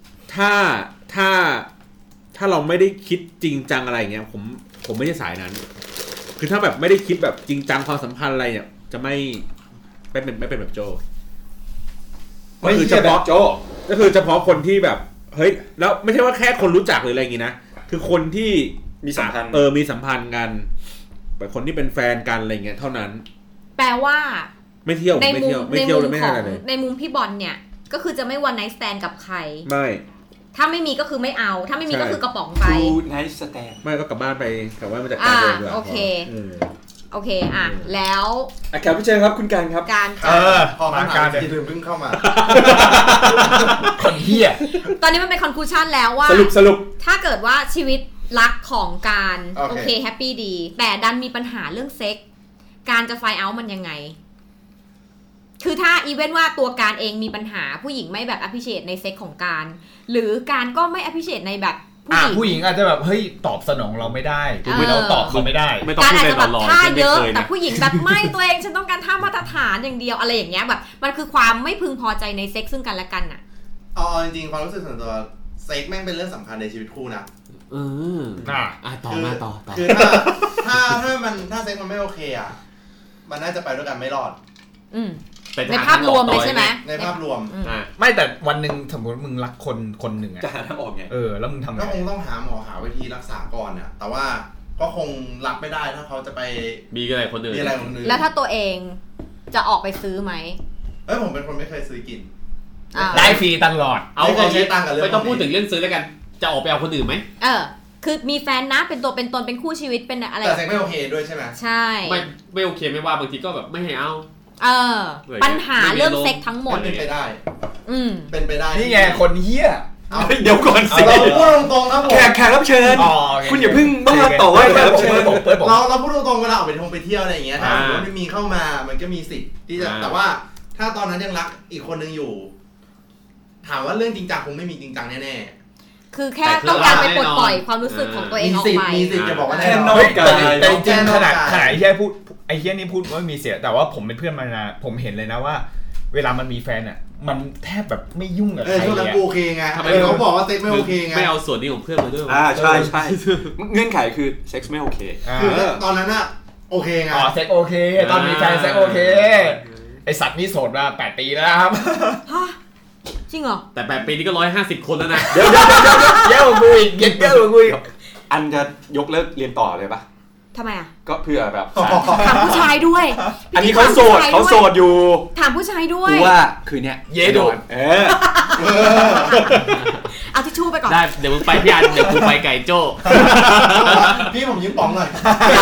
ถ้าเราไม่ได้คิดจริงจังอะไรเงี้ยผมไม่ใช่สายนั้นคือถ้าแบบไม่ได้คิดแบบจริงจังความสัมพันธ์อะไรเนี่ยจะไม่เป็นแบบโจก็คือเฉพาะโจก็คือเฉพาะคนที่แบบเฮ้ยแล้วไม่ใช่ว่าแค่คนรู้จักหรืออะไรอย่างงี้นะคือคนที่มีสัมพันธ์มีสัมพันธ์กันแบบคนที่เป็นแฟนกันอะไรเงี้ยเท่านั้นแปลว่าไม่เที่ยวไม่เที่ยวไม่อะไรเลยในมุมพี่บอลเนี่ยก็คือจะไม่วันไนท์สแตนกับใครไม่ถ้าไม่มีก็คือไม่เอาถ้าไม่มีก็คือกระป๋องไปไนท์สแตนไม่ก็กลับบ้านมาจากการเรียนด้วยโอเคแล้วแขกผู้เชิญครับคุณการครับการพอมาการที่ลืมเพิ่งเข้ามาคนเหี้ยตอนนี้มันเป็นคอนคลูชั่นแล้วว่าสรุปถ้าเกิดว่าชีวิตรักของการโอเคแฮปปี้ดีแต่ดันมีปัญหาเรื่องเซ็กการจะไฟเอาท์มันยังไงคือถ้าอีเวนต์ว่าตัวการเองมีปัญหาผู้หญิงไม่แบบ appreciate ในเซ็กของการหรือการก็ไม่ appreciate ในแบบผู้หญิงอาจจะแบบเฮ้ยตอบสนองเราไม่ได้เราตอบเขาไม่ได้การอาจจะแบบท่าเยอะแต่ผู้หญิงแบบไม่ตัวเองฉันต้องการท่ามาตรฐานอย่างเดียวอะไรอย่างเงี้ยแบบมันคือความไม่พึงพอใจในเซ็กซึ่งกันและกันน่ะจริงๆความรู้สึกส่วนตัวเซ็กแม่งเป็นเรื่องสำคัญในชีวิตคู่นะต่อคือถ้าเซ็กมันไม่โอเคอ่ะมันน่าจะไปด้วยกันไม่รอดในภาพรวมเลยใช่ไหมในภาพรวมไม่แต่วันหนึ่งสมมติมึงรักคนหนึ่งจะหาทางออกไงแล้วมึงทำไงก็คงต้องหาหมอหาวิธีรักษาก่อนน่ะแต่ว่าก็คงรับไม่ได้ถ้าเขาจะไปมีอะไรคนอื่นแล้วถ้าตัวเองจะออกไปซื้อไหมผมเป็นคนไม่เคยซื้อกินได้ฟรีตลอดเอาใช้ตังค์กันเลยไม่ต้องพูดถึงเรื่องซื้อแล้วกันจะออกไปเอาคนอื่นไหมคือมีแฟนนะเป็นตัวเป็นตนเป็นคู่ชีวิตเป็นอะไรแต่เซ็กไม่โอเคด้วยใช่ไหมใช่ไม่โอเคไม่ว่าบางทีก็แบบไม่ให้เอาปัญหาเรื่องเซ็กทั้งหมดเป็นไปได้เป็นไปได้นี่ไงคนเหี้ยเดี๋ยวก่อนสิเราพูดตรงๆครับผมแขกรับเชิญคุณอย่าเพิ่งบ้าต่อแขกรับเชิญเราพูดตรงๆเวลาออกไปเที่ยวอะไรอย่างเงี้ยถ้าไม่มีเข้ามามันก็มีสิทธิ์ที่จะแต่ว่าถ้าตอนนั้นยังรักอีกคนนึงอยู่ถามว่าเรื่องจริงจังคงไม่มีจริงจังแน่ๆคือแค่ต้องการไปปลดปล่อยความรู้สึกของตัวเองออกไปมีสิทธิ์จะบอกว่าแน่แค่นนออน กกายแต่จริงๆขนาดไอ้เหี้ยพูดไอ้เหี้ยนี่พูดว่ามีเสียแต่ว่าผมเป็นเพื่อนมานานผมเห็นเลยนะว่า เวลามันมีแฟนอ่ะมันแทบแบบไม่ยุ่งกับใครช่วงนั้นเลยกูโอเคไงเขาบอกว่าเซ็กไม่โอเคไงไม่เอาส่วนนี้ของเพื่อนมาด้วยใช่ใช่เงื่อนไขคือเซ็กซ์ไม่โอเคคือตอนนั้นอะโอเคไงอ๋อเซ็กโอเคตอนมีแฟนเซ็กโอเคไอสัตว์นี่โสดมา8 ปีแล้วครับฮะจริงเหรอแต่8 ปีนี้ก็150 คนแล้วนะเดี๋ยวเยอะกว่ากูอีกเยอะกว่ากูอีกอันจะยกเลิกเรียนต่อเลยปะทำไมอ่ะก็เพื่อแบบถามผู้ชายด้วยอันนี้เขาโสดอยู่ถามผู้ชายด้วยกูว่าคืนเนี้ยเย้โดนเอาทิชชู่ไปก่อนได้เดี๋ยวมึงไปพี่อันเดี๋ยวกูไปไก่โจ้พี่ผมยืมป๋องหน่อย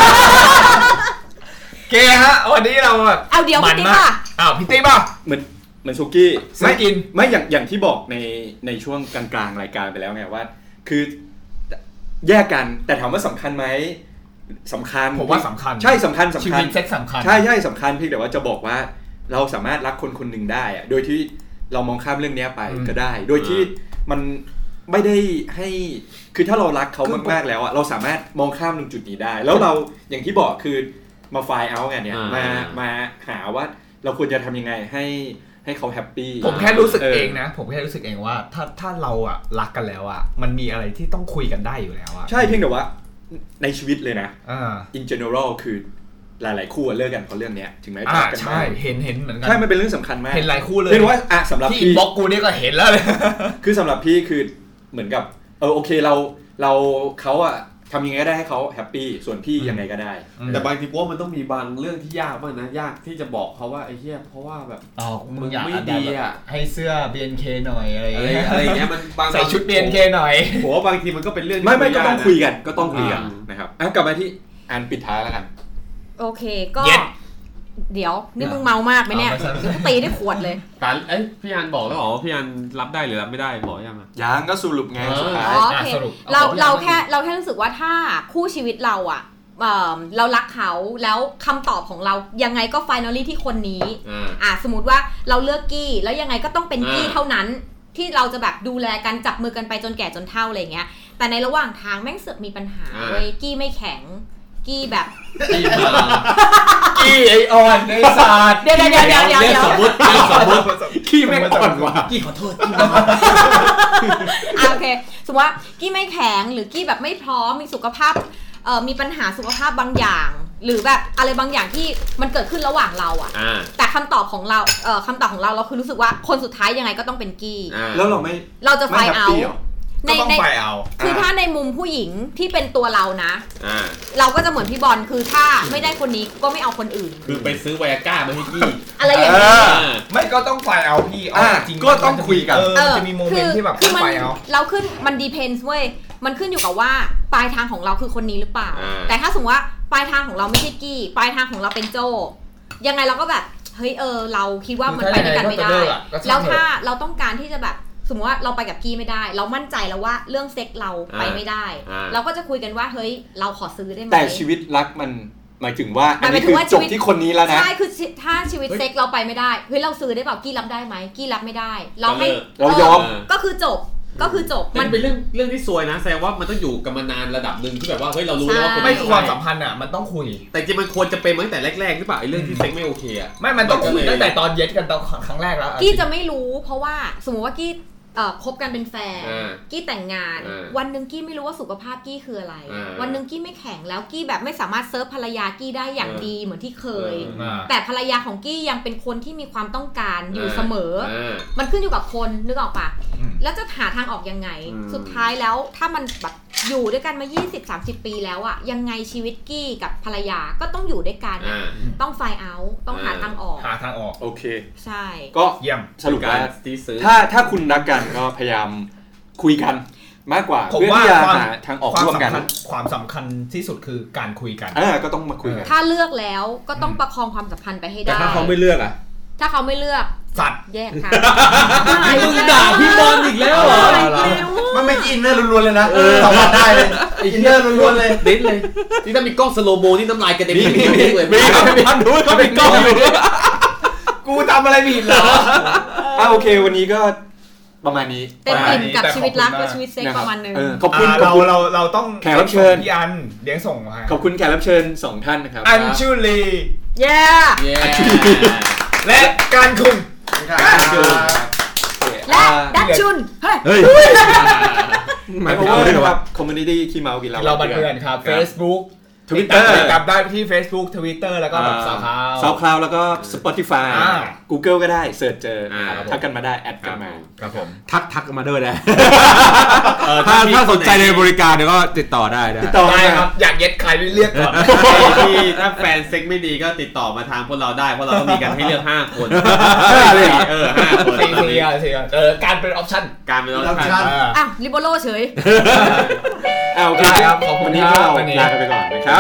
เกฮะวันนี้เราแบบเอาเดี๋ยวมัพี่ติ๊กมากป่ะอ้าวพี่ติ๊กป่ะเหมือนซุกี้ไม่กินไม่อย่างที่บอกในช่วงกลางๆรายการไปแล้วไงว่า คือแยกกันแต่ถามว่าสำคัญไหมสำคัญผมว่าสำคัญใช่สำคัญชีวิตเซ็กสำคัญใช่สำคัญเพียงแต่ว่าจะบอกว่าเราสามารถรักคนคนหนึ่งได้อะโดยที่เรามองข้ามเรื่องนี้ไปก็ได้ โดยที่มันไม่ได้ให้คือถ้าเรารักเขามากๆแล้วอะเราสามารถมองข้ามตรงจุดนี้ได้ แล้วเราอย่างที่บอกคือมาไฟล์เอาท์กันเนี่ยมาหาว่าเราควรจะทำยังไงให้เขาแฮปปี้ผมแค่รู้สึกเองนะผมแค่รู้สึกเองว่าถ้าเราอะรักกันแล้วอะมันมีอะไรที่ต้องคุยกันได้อยู่แล้วอะใช่เพียงแต่ว่าในชีวิตเลยนะ in general คือหลายๆคู่เลิกกันเพราะเรื่องเนี้ยถึงแม้จะรักกันใช่มากเห็นเหมือนกันใช่มันเป็นเรื่องสำคัญมากเห็นหลายคู่เลยเรียกว่าสำหรับที่พี่บล็อกกูนี่ก็เห็นแล้วเลยคือสำหรับพี่คือเหมือนกับโอเคเราเขาอะทำยังไงก็ได้ให้เขาแฮปปี้ส่วนพี่ยังไงก็ได้แต่บางทีกูว่ามันต้องมีบางเรื่องที่ยากมากนะยากที่จะบอกเขาว่าไอ้เหี้ยเพราะว่าแบบมึงอยากไม่ดีอะให้เสื้อ BNK หน่อยอะไรอะไรอย่างเงี้ยมันบางใส่ชุด BNK หน่อยผมว่าบางทีมันก็เป็นเรื่องที่ไม่ก็ต้องยากนะคุยกันนะครับกลับมาที่อันปิดท้ายแล้วกันโอเคก็เย็ดเดี๋ยวนี่มึงเมามากไหมเนี่ยเอาไปเดี๋ยวกูตีได้ขวดเลยแต่พี่อันบอกแล้วเหรอว่าพี่อันรับได้หรือรับไม่ได้บอกยังอ่ะยังก็สรุปไงสุดท้ายอ๋อโอเคสรุปเราแค่รู้สึกว่าถ้าคู่ชีวิตเราอ่ะเรารักเขาแล้วคำตอบของเรายังไงก็ finally ที่คนนี้สมมติว่าเราเลือกกี้แล้วยังไงก็ต้องเป็นกี้เท่านั้น ที่เราจะแบบดูแลกันจับมือกันไปจนแก่จนเฒ่าอะไรเงี้ยแต่ในระหว่างทางแม่งเสือกมีปัญหาเว้ยกี้ไม่แข็งกี้แบบกี้ไอออนไอศาสตร์เดี๋ยวเรื่องสมมติขี้แม่งอ่อนว่ะกี้ขอโทษโอเคสมมติว่ากี้ไม่แข็งหรือกี้แบบไม่พร้อมมีสุขภาพมีปัญหาสุขภาพบางอย่าง หรือแบบอะไรบางอย่างที่มันเกิดขึ้นระหว่างเราอะแต่คำตอบของเราเราคือรู้สึกว่าคนสุดท้ายยังไงก็ต้องเป็นกี้แล้วเราจะไฟเอาก็ต้องไฟเอาคือถ้าในมุมผู้หญิงที่เป็นตัวเรานะเราก็จะเหมือนพี่บอลคือถ้าไม่ได้คนนี้ก็ไม่เอาคนอื่นคือไปซื้อไวอาก้ามาให้กี้อะไรอย่างนี้ไม่ก็ต้องไฟเอาพี่จริงก็ต้องคุยกันจะมีโมเมนต์ที่แบบคือไฟเอาเราขึ้นมัน depends เว้ยมันขึ้นอยู่กับว่าปลายทางของเราคือคนนี้หรือเปล่าแต่ถ้าสมมติว่าปลายทางของเราไม่ใช่กี้ปลายทางของเราเป็นโจยังไงเราก็แบบเฮ้ยเราคิดว่ามันไปด้วยกันไม่ได้แล้วถ้าเราต้องการที่จะแบบสมมติว่าเราไปกับกี้ไม่ได้เรามั่นใจแล้วว่าเรื่องเซ็กเราไปไม่ได้เราก็จะคุยกันว่าเฮ้ยเราขอซื้อได้ไหมแต่ชีวิตรักมันหมายถึงว่าอันนี้คือจบที่คนนี้แล้วนะใช่คือถ้าชีวิตเซ็กเราไปไม่ได้เฮ้ยเราซื้อได้เปล่ากี้รับได้ไหมกี้รับไม่ได้เราให้เรายอมก็คือจบมันเป็นเรื่องที่ซวยนะแสดงว่ามันต้องอยู่กันมานานระดับหนึ่งที่แบบว่าเฮ้ยเรารู้แล้วว่าคนไม่คือความสัมพันธ์อ่ะมันต้องคุยแต่จริงมันควรจะเป็นตั้งแต่แรกๆหรือเปล่าไอ้เรื่องที่เซ็กไม่โอเคอ่ะไม่มันต้องคุยตั้งแต่ตอนเย็ดกันตอนครั้งแรกแล้วกี้จะไม่รู้เพราะว่าสมมติว่ากี้คบกันเป็นแฟนกี้แต่งงานวันนึงกี้ไม่รู้ว่าสุขภาพกี้คืออะไรวันนึงกี้ไม่แข็งแล้วกี้แบบไม่สามารถเซิร์ฟภรรยากี้ได้อย่างดีเหมือนที่เคยแต่ภรรยาของกี้ยังเป็นคนที่มีความต้องการอยู่เสมอมันขึ้นอยู่กับคนนึกออกปะแล้วจะหาทางออกยังไงสุดท้ายแล้วถ้ามันแบบอยู่ด้วยกันมา 20-30 ปีแล้วอะยังไงชีวิตกี้กับภรรยาก็ต้องอยู่ด้วยกันต้องไฟเอาท์ต้องหาทางออกโอเคใช่ก็เยี่ยมสรุปว่าถ้าคุณรักกันก็พยายามคุยกันมากกว่าเพื่อที่จะหาทางออกร่วมกันความสำคัญที่สุดคือการคุยกันก็ต้องมาคุยกันถ้าเลือกแล้วก็ต้องประคองความสัมพันธ์ไปให้ได้แต่ถ้าเขาไม่เลือกถ้าเขาไม่เลือกสัตว์แยกค่ะมึงด่าพี่บอลอีกแล้วเหรอมันไม่อินเนอร์ล้วนๆเลยนะสัมผัสได้เลยอินเนอร์ล้วนๆเลยดิ้นเลยนี่ถ้ามีกล้องสโลโมนี่น้ำลายกระเด็นเลยมีครับดูเขาเป็นกล้องอยู่กูทำอะไรผิดเหรอโอเควันนี้ก็ประมาณนี้เต็มอิ่มกับแต่ชีวิตรักขอบคุณมากและชีวิตเซ็กประมาณนึงขอบคุณเราต้องแขกรับเชิญพี่อันเลี้ยงส่งมาให้ขอบคุณแขกรับเชิญ2ท่านนะครับอัญชุลีเย้และการคุงและดัชชุนเฮ้ยเฮ้ยหมายความว่าครับคอมมูนิตี้ขี้เมากินเราบันเพื่อนครับ Facebook Twitter ติดตามได้ที่ Facebook Twitter แล้วก็แบบซาวคลาวแล้วก็ Spotify Google ก็ได้เสิร์ชเจอครับผมทักกันมาได้แอดกันมาครับผมทักมาด้วยได้ ถ้าสนใจในบริการเดี๋ยวก็ติดต่อได้ติดต่อได้มาครับ อยากเย็ดใครเรียกก่อนที่ถ้าแฟนเซ็กไม่ดีก็ติดต่อมาทางพวกเราได้เพราะเราก็มีกันให้เลือก5 คน5 คนการเป็นออปชั่นการเป็นออปชั่นอ้าวลิโบโลเฉยโอเคได้ครับขอบคุณวันนี้คก็รับวันนี้ลากันไปก่อนนะครับ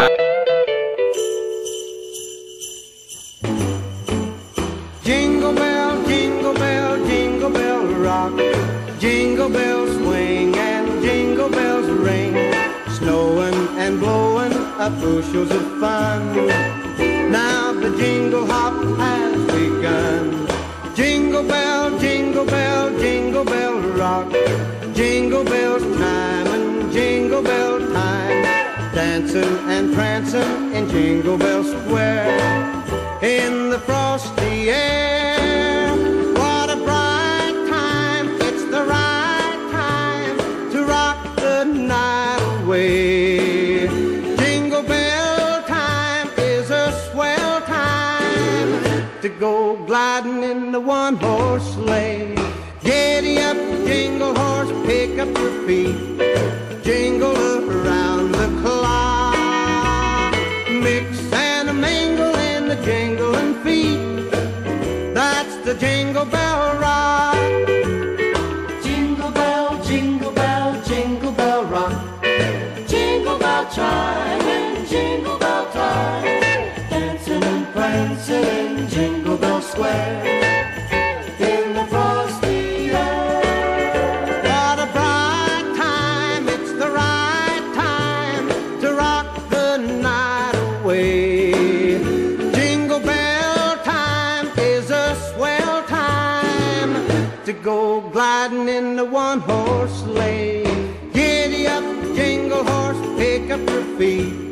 Jingle bell, jingle bell, jingle bell rock. Jingle bells swing and jingle bells ring. Snowing and blowing up bushels of fun. Now the jingle hop has begun. Jingle bell, jingle bell, jingle bell rock. Jingle bells time and jingle bell time. Dancing and prancing in Jingle Bell Square. In the frosty air, what a bright time, it's the right time to rock the night away. Jingle bell time is a swell time to go gliding in the one-horse sleigh. Giddy up, jingle horse, pick up your feet, jingle around the clock. Mix and a mingle in the jingling feet. That's the Jingle Bell Rock. Jingle bell, jingle bell, jingle bell rock. Jingle bell chime and jingle bell time. Dancing and prancing in Jingle Bell Square. In the frosty air. What a bright time, it's the right time to rock the night away. Jingle bell time is a swell time to go gliding in the one-horse sleigh. Giddy up, jingle horse, pick up your feet.